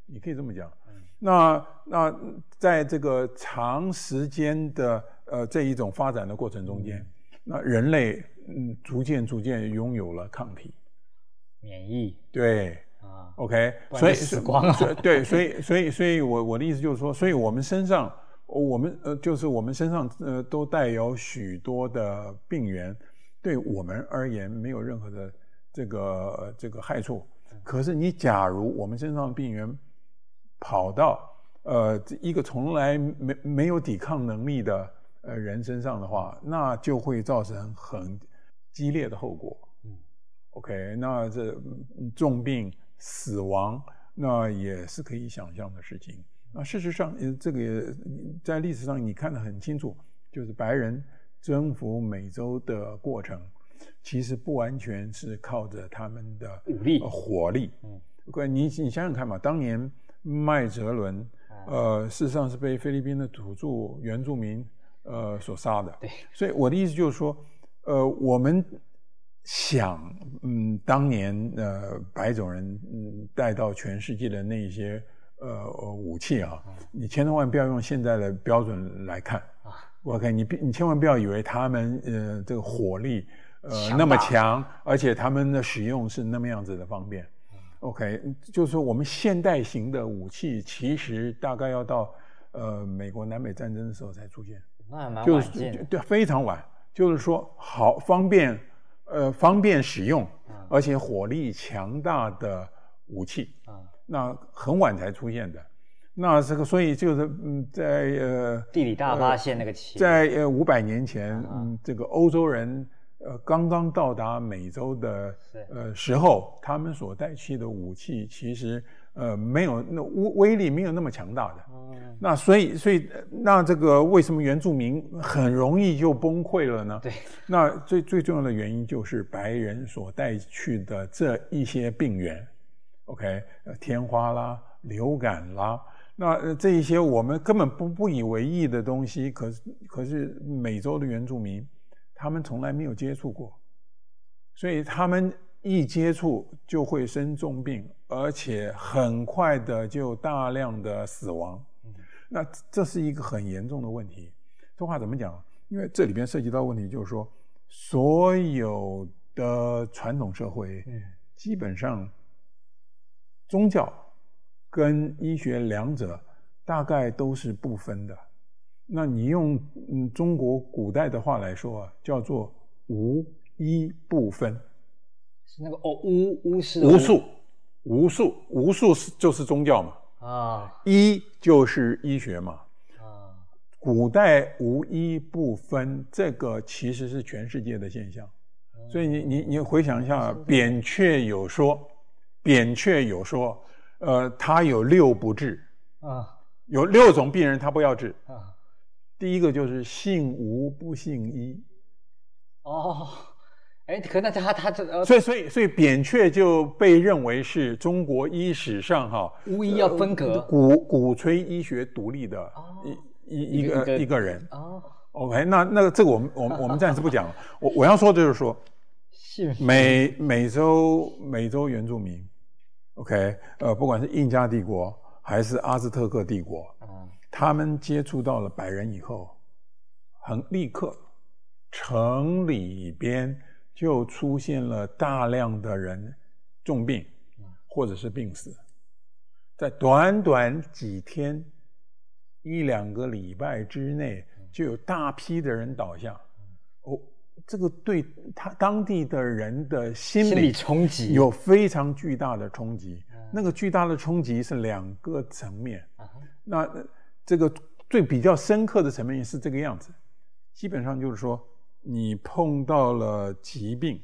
你可以这么讲。那那在这个长时间的呃这一种发展的过程中间，那人类嗯逐渐逐渐拥有了抗体、 免疫， 对啊 ，OK， 不然所以就死光了所以对，所以所以所以我我的意思就是说，所以我们身上我们呃就是我们身上呃都带有许多的病原，对我们而言没有任何的这个、呃、这个害处。可是你假如我们身上的病原跑到呃一个从来没没有抵抗能力的呃人身上的话，那就会造成很激烈的后果。嗯 ，OK， 那这重病、死亡，那也是可以想象的事情。那事实上，这个在历史上你看得很清楚，就是白人征服美洲的过程，其实不完全是靠着他们的武力、 呃、火力。嗯，你你想想看嘛，当年麦哲伦，呃，事实上是被菲律宾的土著原住民呃所杀的。 对， 所以我的意思就是说，呃，我们想，嗯，当年呃白种人嗯带到全世界的那些呃武器啊，嗯、你千万不要用现在的标准来看啊。OK， 你你千万不要以为他们呃这个火力呃那么强，而且他们的使用是那么样子的方便。OK， 就是说我们现代型的武器其实大概要到呃美国南北战争的时候才出现， 那还蛮晚见的， 就是对，非常晚。就是说好方便，呃方便使用，嗯、而且火力强大的武器，嗯、那很晚才出现的。那这个所以就是嗯在呃地理大发现那个期， 呃、在呃五百年前，嗯、嗯，这个欧洲人。呃，刚刚到达美洲的呃时候，他们所带去的武器其实呃没有那威力没有那么强大的。嗯，那所以所以那这个为什么原住民很容易就崩溃了呢？ 对， 那最最重要的原因就是白人所带去的这一些病原 ，OK， 呃，天花啦、流感啦，那、呃、这一些我们根本不不以为意的东西，可是可是美洲的原住民。他们从来没有接触过，所以他们一接触就会生重病，而且很快的就大量的死亡。嗯、那这是一个很严重的问题。这话怎么讲？因为这里边涉及到问题，就是说，所有的传统社会，嗯、基本上宗教跟医学两者大概都是不分的。那你用嗯中国古代的话来说啊，叫做无医不分， 是那个哦巫巫师无术无术无术是就是宗教嘛啊，医就是医学嘛啊，古代无医不分，这个其实是全世界的现象。嗯、所以你你你回想一下，扁鹊有说，扁鹊有说，呃，他有六不治啊，有六种病人他不要治啊。第一个就是信无不信医， 哦，哎，可那他他这、呃， 所以所以所以扁鹊就被认为是中国医史上哈巫医要分隔， 呃、鼓鼓吹医学独立的一、哦、一一个 一个, 一个人。哦 ，OK， 那那这个我们我们我们暂时不讲了。我我要说的就是说， 是美美洲美洲原住民 ，OK， 呃，不管是印加帝国还是阿兹特克帝国。嗯，他们接触到了白人以后，很立刻，城里边就出现了大量的人重病，或者是病死，在短短几天、一两个礼拜之内，就有大批的人倒下。哦，这个对他当地的人的心理, 心理冲击有非常巨大的冲击。那个巨大的冲击是两个层面。那这个最比较深刻的层面是这个样子，基本上就是说，你碰到了疾病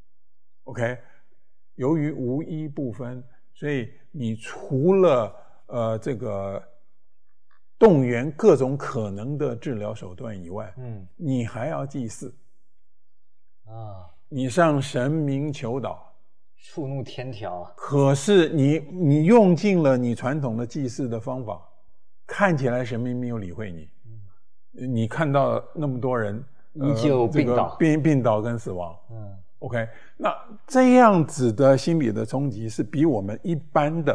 ，OK， 由于无医不分，所以你除了呃这个动员各种可能的治疗手段以外，嗯，你还要祭祀啊，你向神明求祷， 触怒天条啊。 可是你你用尽了你传统的祭祀的方法。看起来神明没有理会你，嗯、你看到那么多人依旧病倒、 呃这个、病病倒跟死亡。嗯 ，OK， 那这样子的心理的冲击是比我们一般的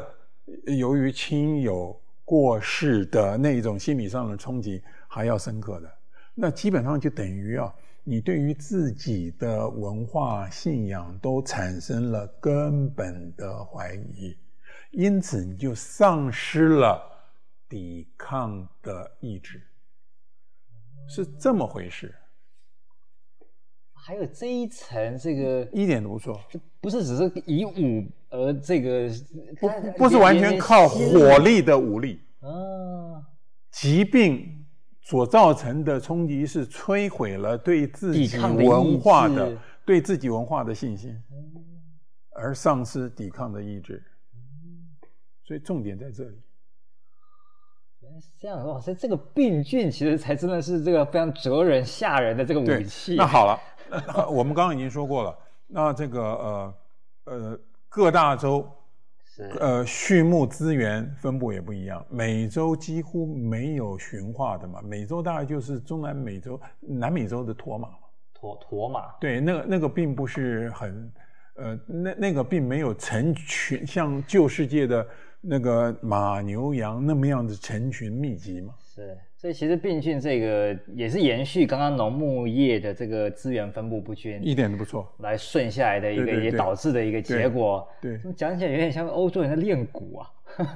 由于亲友过世的那种心理上的冲击还要深刻的。那基本上就等于啊，你对于自己的文化信仰都产生了根本的怀疑，因此你就丧失了抵抗的意志，是这么回事。 还有这一层，这个一点都不错， 不是只是以武而这个， 不不是完全靠火力的武力。 啊， 疾病所造成的冲击是摧毁了对自己文化的、对自己文化的信心，而丧失抵抗的意志。所以重点在这里。 原来是这样，哇塞，这个病菌其实才真的是这个非常折人吓人的这个武器。 那好了。我们刚刚已经说过了，那这个呃呃各大洲呃畜牧资源分布也不一样，美洲几乎没有驯化的嘛，美洲大概就是中南美洲、南美洲的驼马， 驼驼马， 对，那个那个并不是很呃那那个并没有成群，像旧世界的那个马牛羊那么样子成群密集嘛， 是。所以其实病菌这个也是延续刚刚农牧业的这个资源分布不均， 一点都不错， 来顺下来的一个，对对对，也导致的一个结果。 对，对讲起来有点像欧洲人在练鼓啊，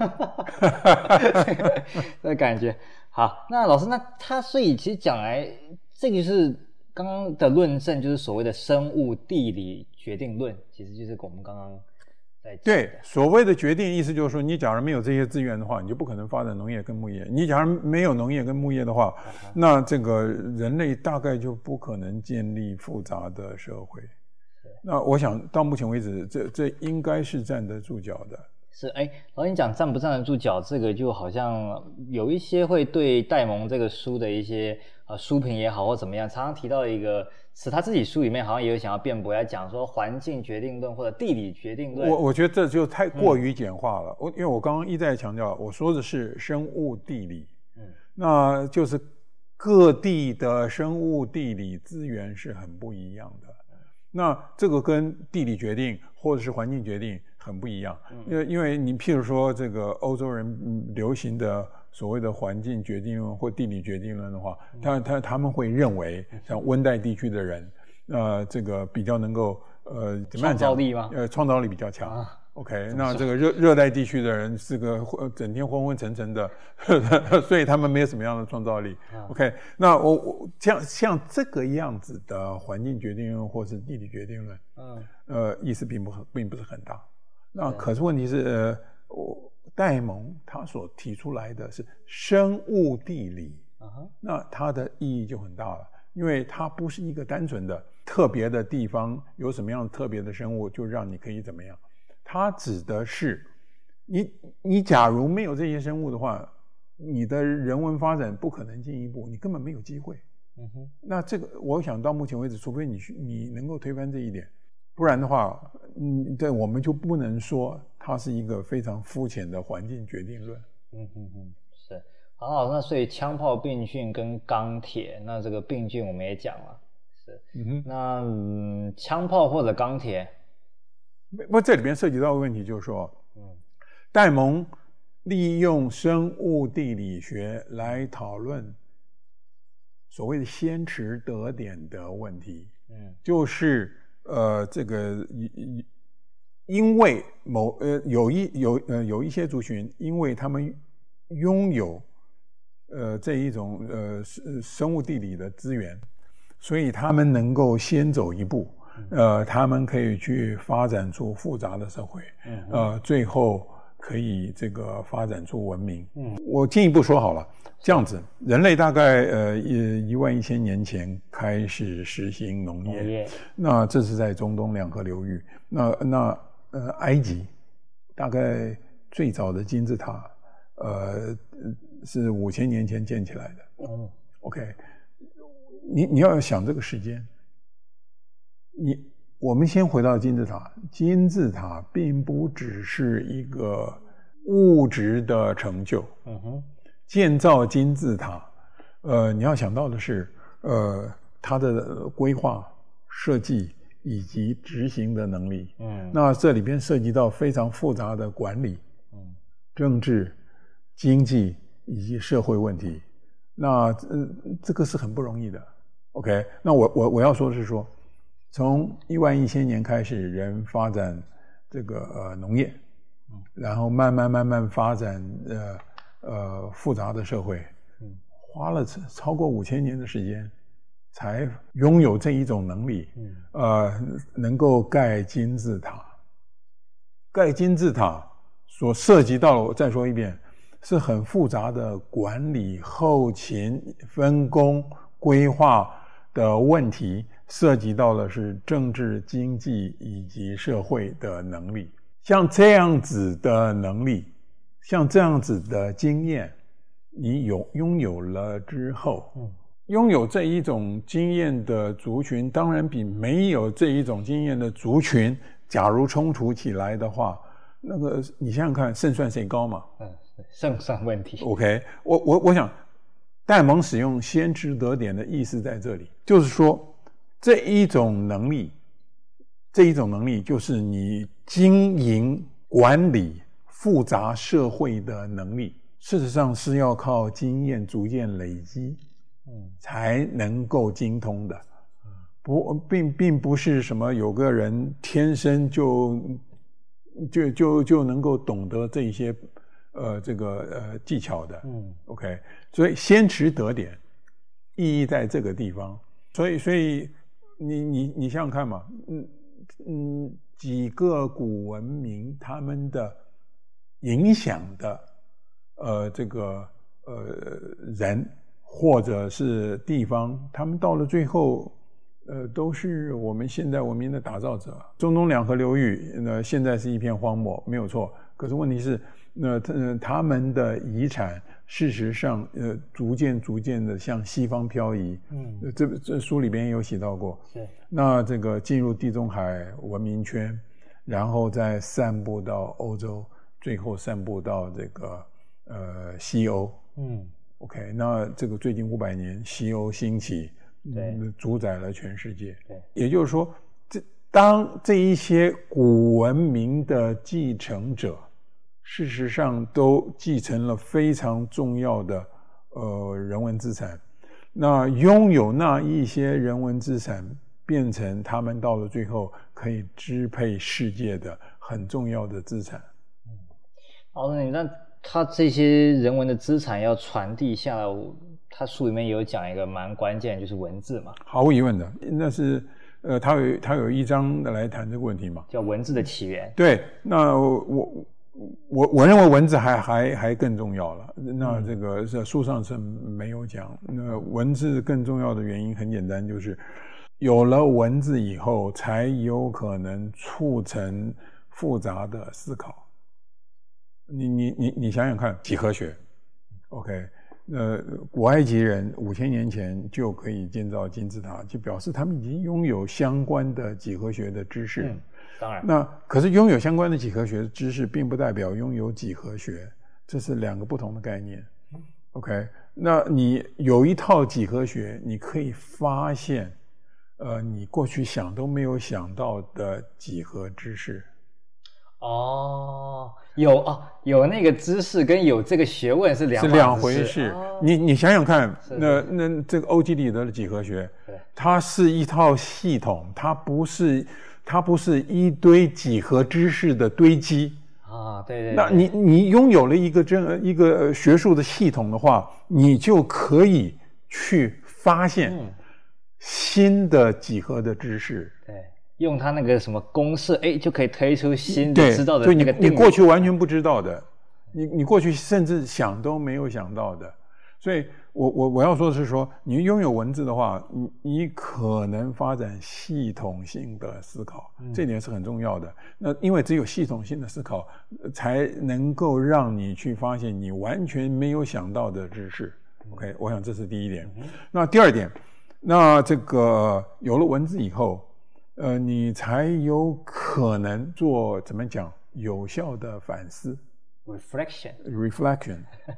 的感觉。好，那老师，那他所以其实讲来，这个就是刚刚的论证，就是所谓的生物地理决定论，其实就是我们刚刚。 对，所谓的决定意思就是说，你假如没有这些资源的话，你就不可能发展农业跟牧业。你假如没有农业跟牧业的话，uh-huh. 那这个人类大概就不可能建立复杂的社会。那我想到目前为止，这这应该是站得住脚的。 是，哎，老师你讲站不站得住脚，这个就好像有一些会对戴蒙这个书的一些呃书评也好或怎么样，常常提到一个词，他自己书里面好像也有想要辩驳，要讲说环境决定论或者地理决定论。 我我觉得这就太过于简化了。我、嗯、因为我刚刚一再强调，我说的是生物地理，嗯，那就是各地的生物地理资源是很不一样的。那这个跟地理决定或者是环境决定很不一样，因为因为你譬如说这个欧洲人流行的所谓的环境决定论或地理决定论的话，他他他们会认为像温带地区的人，呃，这个比较能够呃怎么样讲？创造力吗？ 呃，创造力比较强。啊OK， 那这个热热带地区的人是个整天昏昏沉沉的，所以他们没有什么样的创造力。啊、OK， 那我我像像这个样子的环境决定论或是地理决定论，嗯，呃，意思并不并不是很大。那可是问题是，呃，我戴蒙他所提出来的是生物地理，啊、那它的意义就很大了，因为它不是一个单纯的特别的地方有什么样特别的生物就让你可以怎么样。它指的是你，你假如没有这些生物的话，你的人文发展不可能进一步，你根本没有机会。嗯哼，那这个我想到目前为止，除非你你能够推翻这一点，不然的话，嗯，对，我们就不能说它是一个非常肤浅的环境决定论。 嗯哼哼，是。好，那所以枪炮、病菌跟钢铁，那这个病菌我们也讲了，是。嗯哼，那嗯，枪炮或者钢铁。 不，这里边涉及到的问题就是说，嗯，戴蒙利用生物地理学来讨论所谓的先迟得点的问题，嗯，就是呃，这个因为某呃有一有呃有一些族群，因为他们拥有呃这一种呃生物地理的资源，所以他们能够先走一步。呃，他们可以去发展出复杂的社会，嗯，呃，最后可以这个发展出文明。嗯，我进一步说好了，这样子，人类大概呃一一万一千年前开始实行农业，农业那这是在中东两河流域。那那呃，埃及大概最早的金字塔，呃，是五千年前建起来的。嗯 ，OK， 你你要想这个时间。你我们先回到金字塔，金字塔并不只是一个物质的成就。嗯哼，建造金字塔，呃，你要想到的是，呃，它的规划、设计以及执行的能力。嗯，那这里边涉及到非常复杂的管理。嗯， 政治、经济以及社会问题。那呃这个是很不容易的。OK， 那我我我要说的是说，从一万一千年开始，人发展这个呃农业，然后慢慢慢慢发展呃呃复杂的社会，花了超过五千年的时间，才拥有这一种能力，呃，能够盖金字塔。盖金字塔所涉及到的，我再说一遍，是很复杂的管理、后勤、分工、规划的问题，涉及到的是政治、经济以及社会的能力。像这样子的能力，像这样子的经验，你有拥有了之后，嗯，拥有这一种经验的族群，当然比没有这一种经验的族群，假如冲突起来的话，那个你想想看，胜算谁高嘛？ 嗯，胜算问题。 OK， 我我我想，戴蒙使用先知得点的意思在这里，就是说这一种能力，这一种能力就是你经营管理复杂社会的能力，事实上是要靠经验逐渐累积，嗯，才能够精通的。不，并并不是什么有个人天生就就就就能够懂得这一些呃这个呃技巧的。嗯 ，OK， 所以先持得点意义在这个地方。所以所以你你你想想看嘛，嗯嗯，几个古文明他们的影响的呃这个呃人或者是地方，他们到了最后。呃，都是我们现代文明的打造者。中东两河流域，那现在是一片荒漠，没有错。可是问题是，那呃他们的遗产，事实上，呃，逐渐逐渐的向西方漂移。嗯，这这书里边有写到过。是。那这个进入地中海文明圈，然后再散布到欧洲，最后散布到这个呃西欧。嗯。OK， 那这个最近五百年，西欧兴起。对，主宰了全世界。对，也就是说，这当这一些古文明的继承者，事实上都继承了非常重要的呃人文资产。那拥有那一些人文资产，变成他们到了最后可以支配世界的很重要的资产。 嗯，好的，那他这些人文的资产要传递下来。他书里面有讲一个蛮关键，就是文字嘛。 毫无疑问的，那是呃，他有他有一章来谈这个问题嘛， 叫文字的起源。 对，那我我我认为文字还还还更重要了。那这个在书上是没有讲。那文字更重要的原因很简单，就是有了文字以后，才有可能促成复杂的思考。你你你你想想看，几何学 ，OK。呃，古埃及人五千年前就可以建造金字塔，就表示他们已经拥有相关的几何学的知识。 嗯，当然。 那可是拥有相关的几何学的知识，并不代表拥有几何学，这是两个不同的概念。OK， 那你有一套几何学，你可以发现，呃，你过去想都没有想到的几何知识。 哦，有哦，有那个知识跟有这个学问是两是两回事。哦、你你想想看，那那这个欧几里得的几何学，它是一套系统，它不是它不是一堆几何知识的堆积啊。对 对, 对。 那你你拥有了一个这一个学术的系统的话，你就可以去发现新的几何的知识。 对。用它那个什么公式，哎，就可以推出新的知道的那个定理。 你你过去完全不知道的，你你过去甚至想都没有想到的。所以我我我要说的是说，你拥有文字的话，你你可能发展系统性的思考，这点是很重要的。那因为只有系统性的思考，才能够让你去发现你完全没有想到的知识。OK， 我想这是第一点。那第二点，那这个有了文字以后。呃，你才有可能做怎么讲有效的反思 ，reflection reflection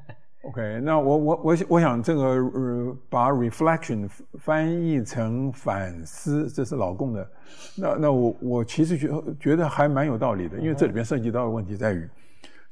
OK， 那我我我我想这个呃把 reflection 翻译成反思，这是老共的。那那我我其实觉觉得还蛮有道理的，因为这里边涉及到的问题在于，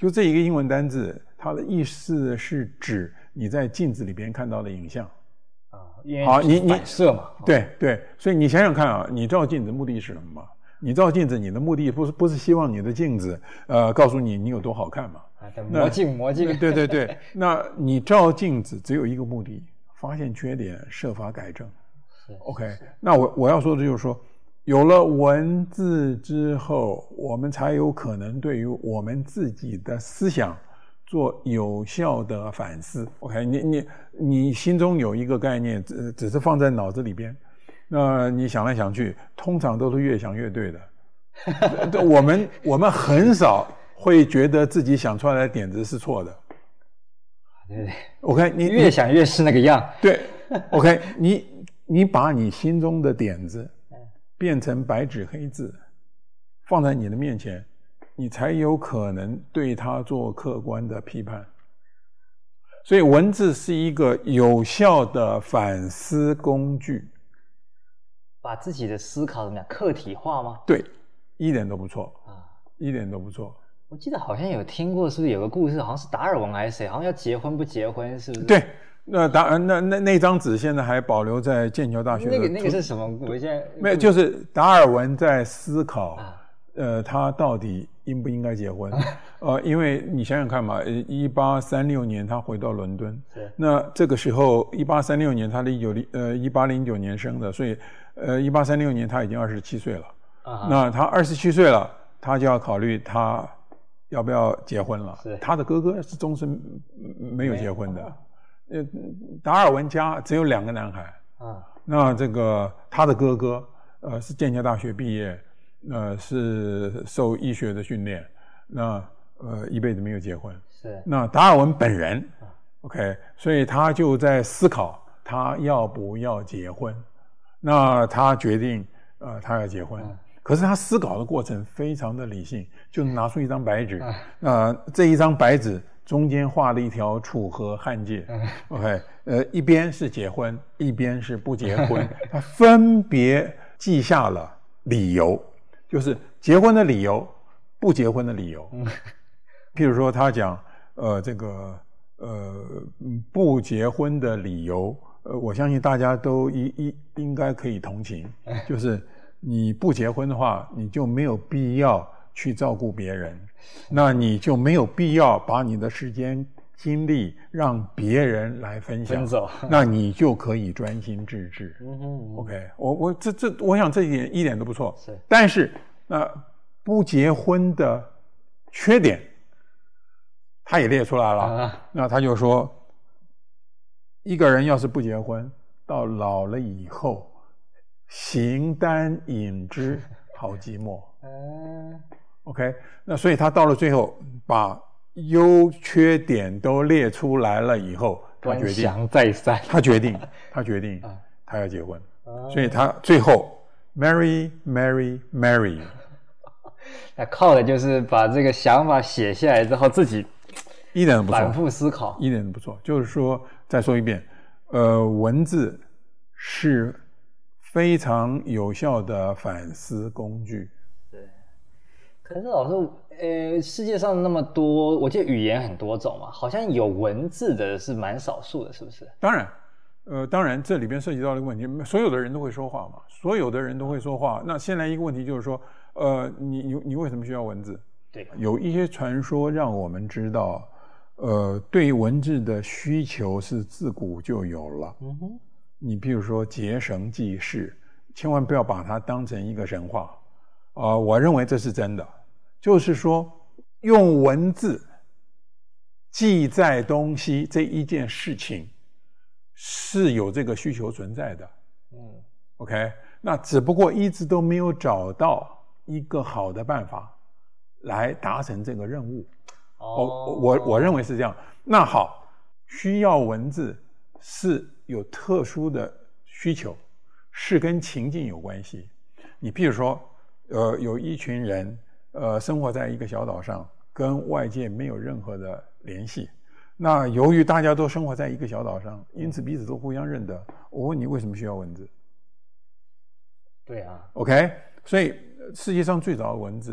就这一个英文单字，它的意思是指你在镜子里边看到的影像。 啊，因为好，你你反射嘛。 对对，所以你想想看啊，你照镜子目的是什么嘛？你照镜子，你的目的不是不是希望你的镜子呃告诉你你有多好看嘛？ 啊，对，魔镜魔镜。 对对对，那你照镜子只有一个目的，发现缺点，设法改正。 是 OK， 那我我要说的就是说，有了文字之后，我们才有可能对于我们自己的思想做有效的反思。OK， 你你你心中有一个概念，只只是放在脑子里边。那你想来想去，通常都是越想越对的。我们我们很少会觉得自己想出来的点子是错的。 对对 OK， 你越想越是那个样。 对 ，OK， 你你把你心中的点子变成白纸黑字，放在你的面前，你才有可能对它做客观的批判。所以文字是一个有效的反思工具。 把自己的思考怎么样客体化吗？ 对，一点都不错啊， 一点都不错。 我记得好像有听过，是不是有个故事，好像是达尔文还是谁，好像要结婚不结婚，是不是？ 对，那达那那那张纸现在还保留在剑桥大学的。 那个那个是什么？我现在没有，就是达尔文在思考， 啊、 呃，他到底应不应该结婚？呃，因为你想想看嘛，一八三六年他回到伦敦，那这个时候一八三六年他的一九零呃一八零九年生的，所以呃一八三六年他已经二十七岁了。啊、那他二十七岁了，他就要考虑他要不要结婚了。他的哥哥是终身没有结婚的。呃，达尔文家只有两个男孩。啊，那这个他的哥哥呃是剑桥大学毕业，呃是受医学的训练，那呃一辈子没有结婚。是。那达尔文本人 ，OK， 所以他就在思考他要不要结婚。那他决定呃他要结婚。嗯，可是他思考的过程非常的理性，就拿出一张白纸，啊、呃，这一张白纸中间画了一条楚河汉界。嗯、OK， 呃，一边是结婚，一边是不结婚，他分别记下了理由，就是结婚的理由，不结婚的理由。嗯、譬如说，他讲，呃，这个呃不结婚的理由，呃，我相信大家都一一应该可以同情，就是你不结婚的话，你就没有必要去照顾别人，那你就没有必要把你的时间精力让别人来分享，那你就可以专心致志。嗯哼 OK， 我我这这，我想这一点一点都不错。是，但是那、呃、不结婚的缺点，他也列出来了。啊、那他就说，一个人要是不结婚，到老了以后，形单影只，好寂寞。嗯 OK， 那所以他到了最后，把优缺点都列出来了以后，他决定， 想再三， 他决定，他决定，他要结婚，所以他最后 marry marry marry， 那靠的就是把这个想法写下来之后，自己一点都不错， 反复思考， 一点都不错。就是说，再说一遍，呃，文字是非常有效的反思工具。 可是老师，呃，世界上那么多，我记得语言很多种嘛，好像有文字的是蛮少数的，是不是？ 当然，呃，当然这里边涉及到了一个问题，所有的人都会说话嘛，所有的人都会说话。那现在一个问题就是说，呃，你你你为什么需要文字？ 对， 有一些传说让我们知道，呃，对文字的需求是自古就有了。嗯哼，你譬如说结绳记事，千万不要把它当成一个神话。啊、呃，我认为这是真的，就是说用文字记载东西这一件事情是有这个需求存在的。嗯 ，OK， 那只不过一直都没有找到一个好的办法来达成这个任务。哦，我我认为是这样。那好，需要文字是有特殊的需求，是跟情境有关系。你譬如说。呃，有一群人，呃，生活在一个小岛上，跟外界没有任何的联系。那由于大家都生活在一个小岛上，因此彼此都互相认得。我问你，为什么需要文字？ 对啊。 OK， 所以世界上最早的文字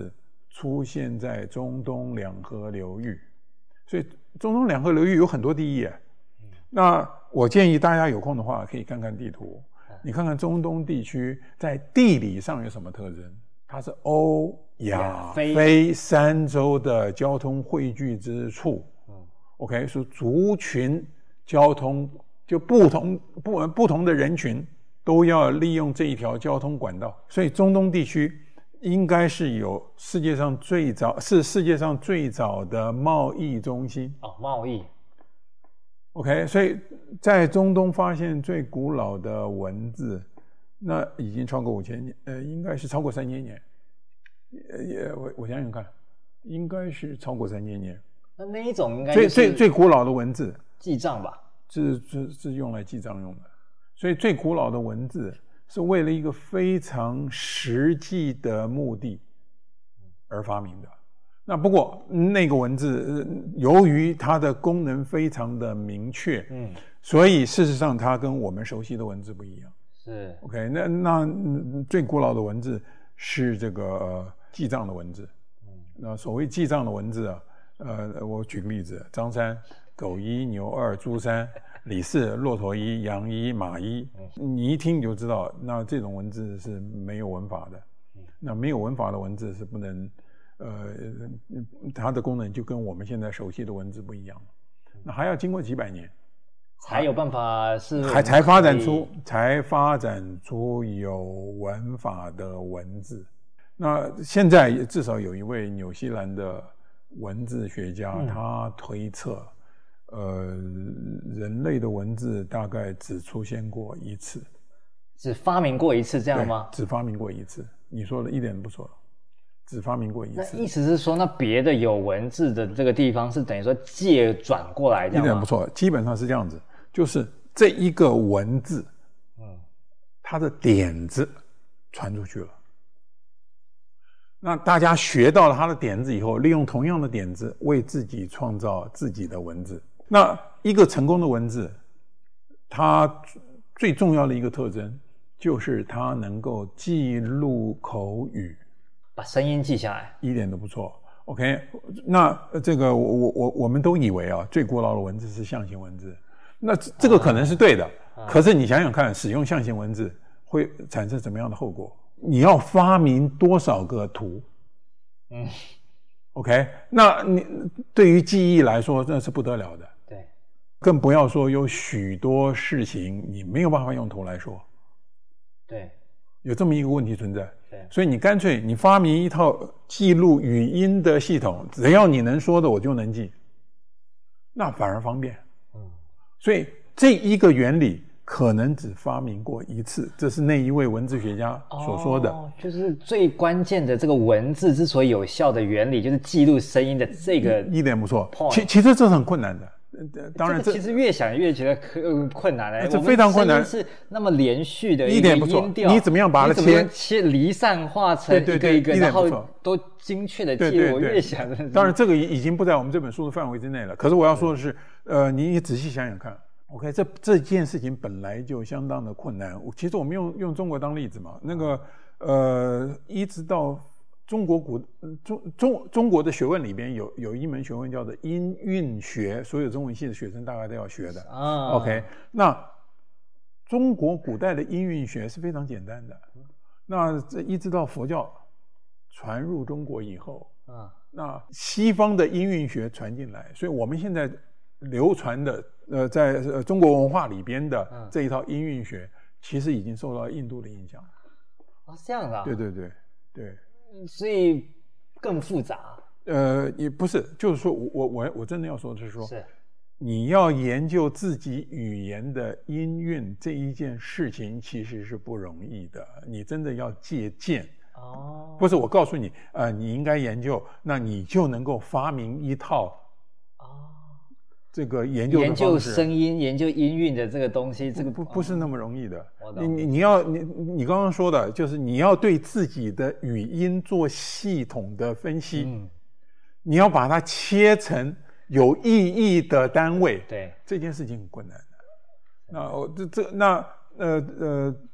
出现在中东两河流域，所以中东两河流域有很多地耶。那我建议大家有空的话可以看看地图，你看看中东地区在地理上有什么特征。它是欧亚非三洲的交通汇聚之处。OK， 是族群交通，就不同不不同的人群都要利用这一条交通管道，所以中东地区应该是有世界上最早是世界上最早的贸易中心。 哦，贸易。 OK， 所以在中东发现最古老的文字，那已经超过五千年，呃，应该是超过三千年。呃，也我我想想看，应该是超过三千年。 那那一种应该最最最古老的文字， 记账吧？ 是是是用来记账用的。所以最古老的文字是为了一个非常实际的目的而发明的。那不过那个文字由于它的功能非常的明确，嗯，所以事实上它跟我们熟悉的文字不一样。 是 OK， 那那最古老的文字是这个、呃、记账的文字。嗯，那所谓记账的文字啊，呃，我举个例子：张三、狗一、牛二、猪三、李四、骆驼一、羊一、马一。你一听你就知道，那这种文字是没有文法的。那没有文法的文字是不能。呃，它的功能就跟我们现在熟悉的文字不一样，那还要经过几百年， 才有办法是还才发展出才发展出有文法的文字。那现在至少有一位纽西兰的文字学家，嗯、他推测，呃，人类的文字大概只出现过一次， 只发明过一次，这样吗？ 只发明过一次，你说的一点都不错。只发明过一次， 那意思是说，那别的有文字的这个地方是等于说借转过来这样吗？ 一点不错，基本上是这样子，就是这一个文字，嗯，它的点子传出去了，那大家学到了它的点子以后，利用同样的点子为自己创造自己的文字。那一个成功的文字，它最重要的一个特征就是它能够记录口语。 把声音记下来， 一点都不错。OK， 那这个我我我我们都以为啊，最古老的文字是象形文字，那这个可能是对的。啊、可是你想想看，使用象形文字会产生什么样的后果？你要发明多少个图？嗯 ，OK， 那你对于记忆来说，那是不得了的。 对， 更不要说有许多事情你没有办法用图来说。 对。 有这么一个问题存在，所以你干脆你发明一套记录语音的系统，只要你能说的我就能记，那反而方便。嗯，所以这一个原理可能只发明过一次，这是那一位文字学家所说的。 哦，就是最关键的这个文字之所以有效的原理，就是记录声音的这个。 一点不错，其其实这是很困难的。当然， 这其实越想越觉得困难了。 这非常困难， 是那么连续的一点不错。你怎么样把它切切离散化成一个一个，然后都精确的记录？我越想， 当然这个已经不在我们这本书的范围之内了。可是我要说的是，呃，你仔细想想看 ，OK， 这这件事情本来就相当的困难。其实我们用用中国当例子嘛，那个呃，一直到。中国古中中中国的学问里边有有一门学问叫做音韵学，所有中文系的学生大概都要学的。啊 ，OK， 那中国古代的音韵学是非常简单的。那这一直到佛教传入中国以后，啊，那西方的音韵学传进来，所以我们现在流传的呃在呃中国文化里边的这一套音韵学，其实已经受到印度的影响。 哦，这样的。 对对对对。 所以更复杂。 呃，也不是，就是说我我我真的要说的是说， 是你要研究自己语言的音韵这一件事情，其实是不容易的。你真的要借鉴。哦。不是我告诉你，呃，你应该研究，那你就能够发明一套。这个研究的研究声音、研究音韵的这个东西，这个不不是那么容易的。你你你要你你刚刚说的，就是你要对自己的语音做系统的分析，嗯，你要把它切成有意义的单位， 对， 这件事情很困难的。那我这这那呃呃，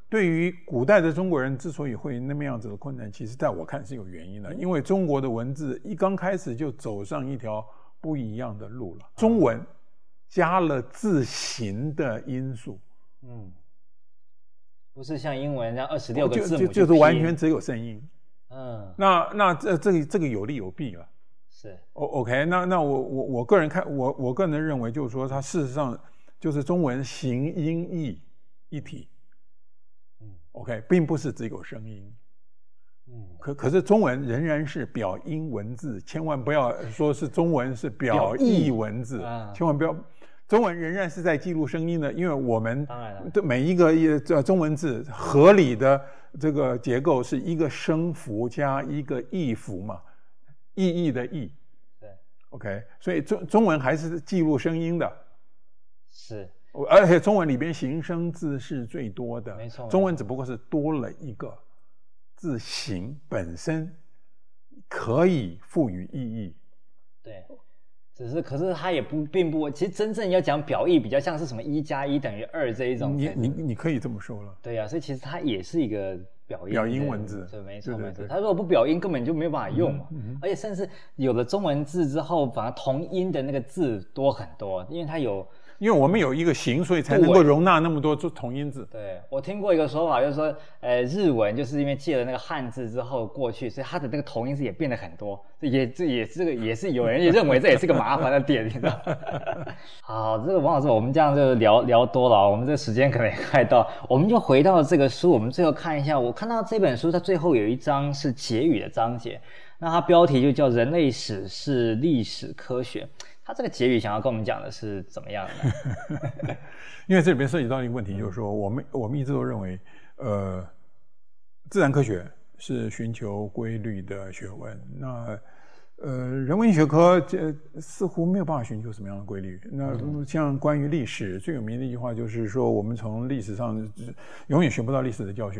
对于古代的中国人之所以会那么样子的困难，其实在我看是有原因的，因为中国的文字一刚开始就走上一条不一样的路了。中文加了字形的因素，嗯， 不是像英文这样二十六个字母就, 就, 就是完全只有声音， 嗯， 那那这这个这个有利有弊了。 是 ，OK， 那那我我我个人看，我我个人认为就是说，它事实上就是中文形音义一体。OK， 并不是只有声音，嗯，可可是中文仍然是表音文字，千万不要说是中文是表意文字，啊、千万不要，中文仍然是在记录声音的，因为我们的每一个呃中文字合理的这个结构是一个声符加一个意符嘛，意义的意， 对 ，OK， 所以中中文还是记录声音的， 是。 而且中文里边形声字是最多的， 没错， 中文只不过是多了一个字形本身可以赋予意义。 对，只是可是它也不并不，其实真正要讲表意，比较像是什么一加一等于二这一种。 你你你可以这么说了。 对呀、啊，所以其实它也是一个表音表音文字， 对，没错没错。它如果不表音，根本就没有办法用嘛。嗯嗯、而且甚至有了中文字之后，反而同音的那个字多很多，因为它有。 因为我们有一个形，所以才能够容纳那么多同音字。 对，我听过一个说法，就是说，呃，日文就是因为借了那个汉字之后过去，所以它的那个同音字也变得很多。这也这也是这个也是有人也认为这也是个麻烦的点，你知道？好，这个王老师，我们这样就聊聊多了，我们这个时间可能也快到，我们就回到这个书，我们最后看一下。我看到这本书，它最后有一章是结语的章节，那它标题就叫《人类史是历史科学》。他这个结语想要跟我们讲的是怎么样的？ 因为这里边涉及到一个问题，就是说，我们我们一直都认为，呃，自然科学是寻求规律的学问。那呃，人文学科这似乎没有办法寻求什么样的规律。那像关于历史最有名的一句话就是说，我们从历史上永远学不到历史的教训。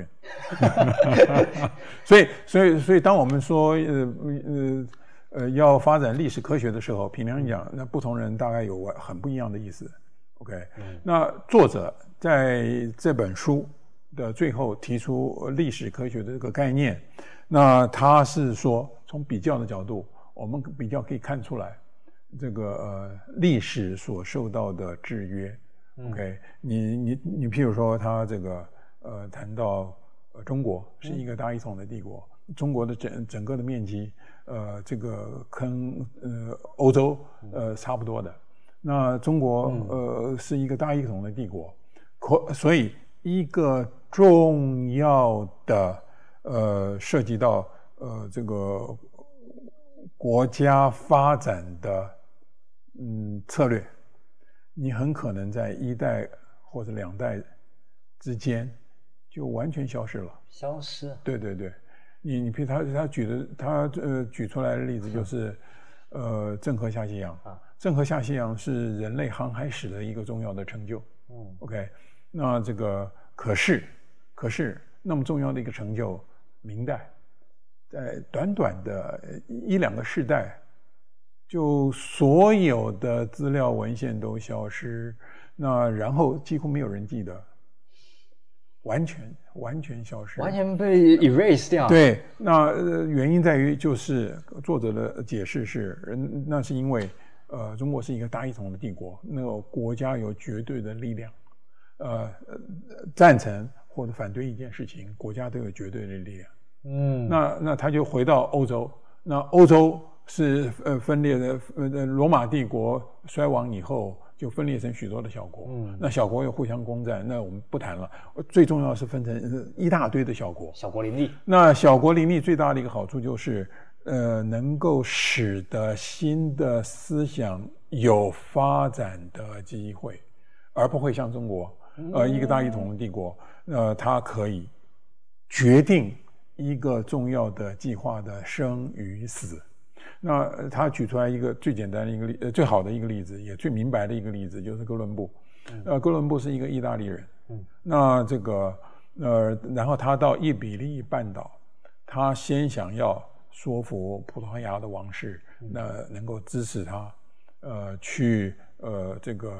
所以，所以，所以，当我们说，呃呃。呃，要发展历史科学的时候，平常讲，那不同人大概有很不一样的意思。OK，、嗯、那作者在这本书的最后提出历史科学的这个概念，那他是说，从比较的角度，我们比较可以看出来，这个呃历史所受到的制约。嗯、OK， 你你你，譬如说，他这个呃谈到呃中国是一个大一统的帝国，嗯、中国的整整个的面积。呃，这个跟呃欧洲呃差不多的，那中国呃是一个大一统的帝国，可所以一个重要的呃涉及到呃这个国家发展的嗯策略，你很可能在一代或者两代之间就完全消失了。 消失？ 对对对。你你譬如他他举的他呃举出来的例子就是，呃郑和下西洋啊，郑和下西洋是人类航海史的一个重要的成就。嗯 ，OK， 那这个可是可是那么重要的一个成就，明代在短短的一两个世代，就所有的资料文献都消失，那然后几乎没有人记得。完全完全消失， 完全被 erase 掉。 对，那、呃、原因在于就是作者的解释是，那是因为呃中国是一个大一统的帝国，那个国家有绝对的力量，呃赞成或者反对一件事情，国家都有绝对的力量。嗯，那那他就回到欧洲，那欧洲是呃分裂的，呃罗马帝国衰亡以后。就分裂成许多的小国，嗯，那小国又互相攻占，那我们不谈了。最重要是分成一大堆的小国， 小国林立。 那小国林立最大的一个好处就是，呃，能够使得新的思想有发展的机会，而不会像中国，呃，一个大一统的帝国，呃，它可以决定一个重要的计划的生与死。那他举出来一个最简单的一个例，呃，最好的一个例子，也最明白的一个例子，就是哥伦布。嗯、呃，哥伦布是一个意大利人。嗯，那这个，呃，然后他到伊比利半岛，他先想要说服葡萄牙的王室，那能够支持他，呃，去呃这个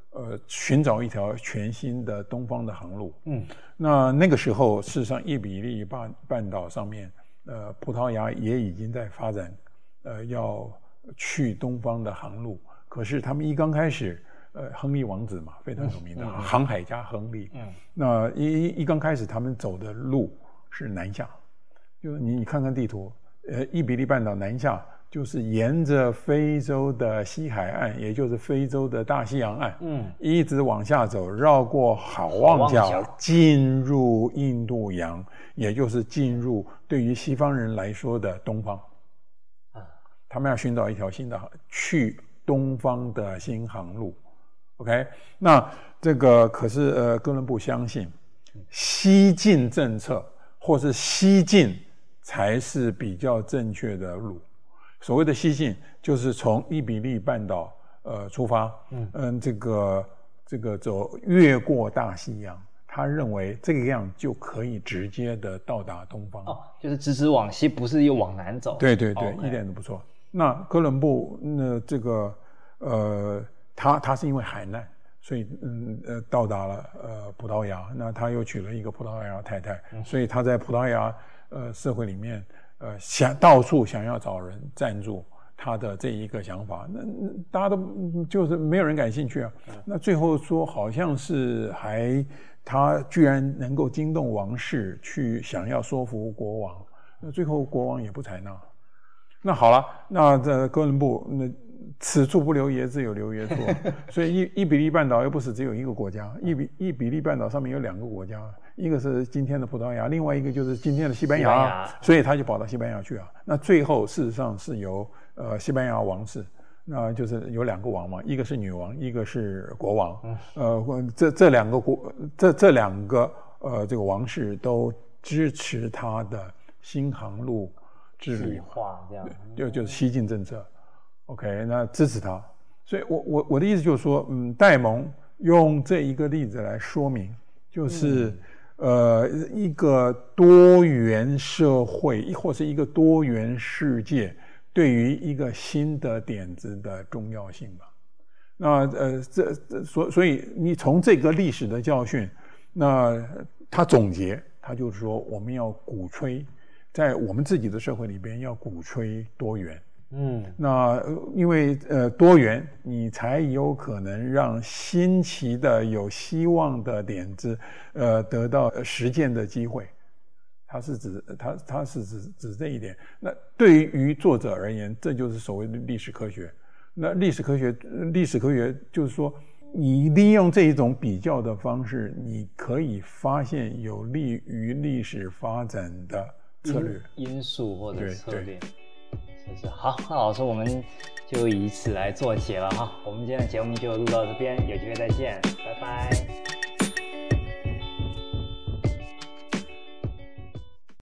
呃寻找一条全新的东方的航路。 嗯， 那那个时候，事实上伊比利半半岛上面，呃，葡萄牙也已经在发展，呃，要去东方的航路。可是他们一刚开始，呃，亨利王子嘛，非常有名的、嗯嗯、航海家亨利。嗯，那一一刚开始他们走的路是南下，就是你你看看地图，呃，伊比利半岛南下就是沿着非洲的西海岸，也就是非洲的大西洋岸，嗯，一直往下走，绕过好望角，进入印度洋，也就是进入对于西方人来说的东方。啊，他们要寻找一条新的去东方的新航路。OK， 那这个可是呃，哥伦布相信西进政策或是西进才是比较正确的路。所谓的西进，就是从伊比利半岛呃出发，嗯嗯，这个这个走越过大西洋，他认为这个样就可以直接的到达东方。 哦，就是直直往西，不是又往南走。 对对对， okay. 一点都不错。那哥伦布那这个呃，他他是因为海难，所以嗯呃到达了呃葡萄牙，那他又娶了一个葡萄牙太太，嗯、所以他在葡萄牙呃社会里面。呃，想到处想要找人赞助他的这一个想法，那大家都就是没有人感兴趣啊。那最后说好像是还他居然能够惊动王室，去想要说服国王，那最后国王也不采纳。那好了，那这哥伦布那此处不留爷，自有留爷处，所以伊伊比利半岛又不是只有一个国家，伊比伊比利半岛上面有两个国家。一个是今天的葡萄牙，另外一个就是今天的西班牙，西班牙所以他就跑到西班牙去啊。那最后事实上是由呃西班牙王室，那就是有两个王嘛，一个是女王，一个是国王。嗯、呃，这这两个国，这这两个呃这个王室都支持他的新航路之旅， 计划这样， 就就是西进政策。OK， 那支持他。所以我我我的意思就是说，嗯，戴蒙用这一个例子来说明，就是。嗯呃，一个多元社会或是一个多元世界对于一个新的点子的重要性吧。那呃，这这所所以你从这个历史的教训，那他总结，他就是说我们要鼓吹，在我们自己的社会里边要鼓吹多元。嗯，那因为呃多元，你才有可能让新奇的、有希望的点子，呃得到实践的机会。它是指它它是指指这一点。那对于作者而言，这就是所谓的历史科学。那历史科学，历史科学就是说，你利用这一种比较的方式，你可以发现有利于历史发展的策略、 因素或者策略。是好，那老师我们就以此来做结了哈。我们今天的节目就录到这边，有机会再见，拜拜。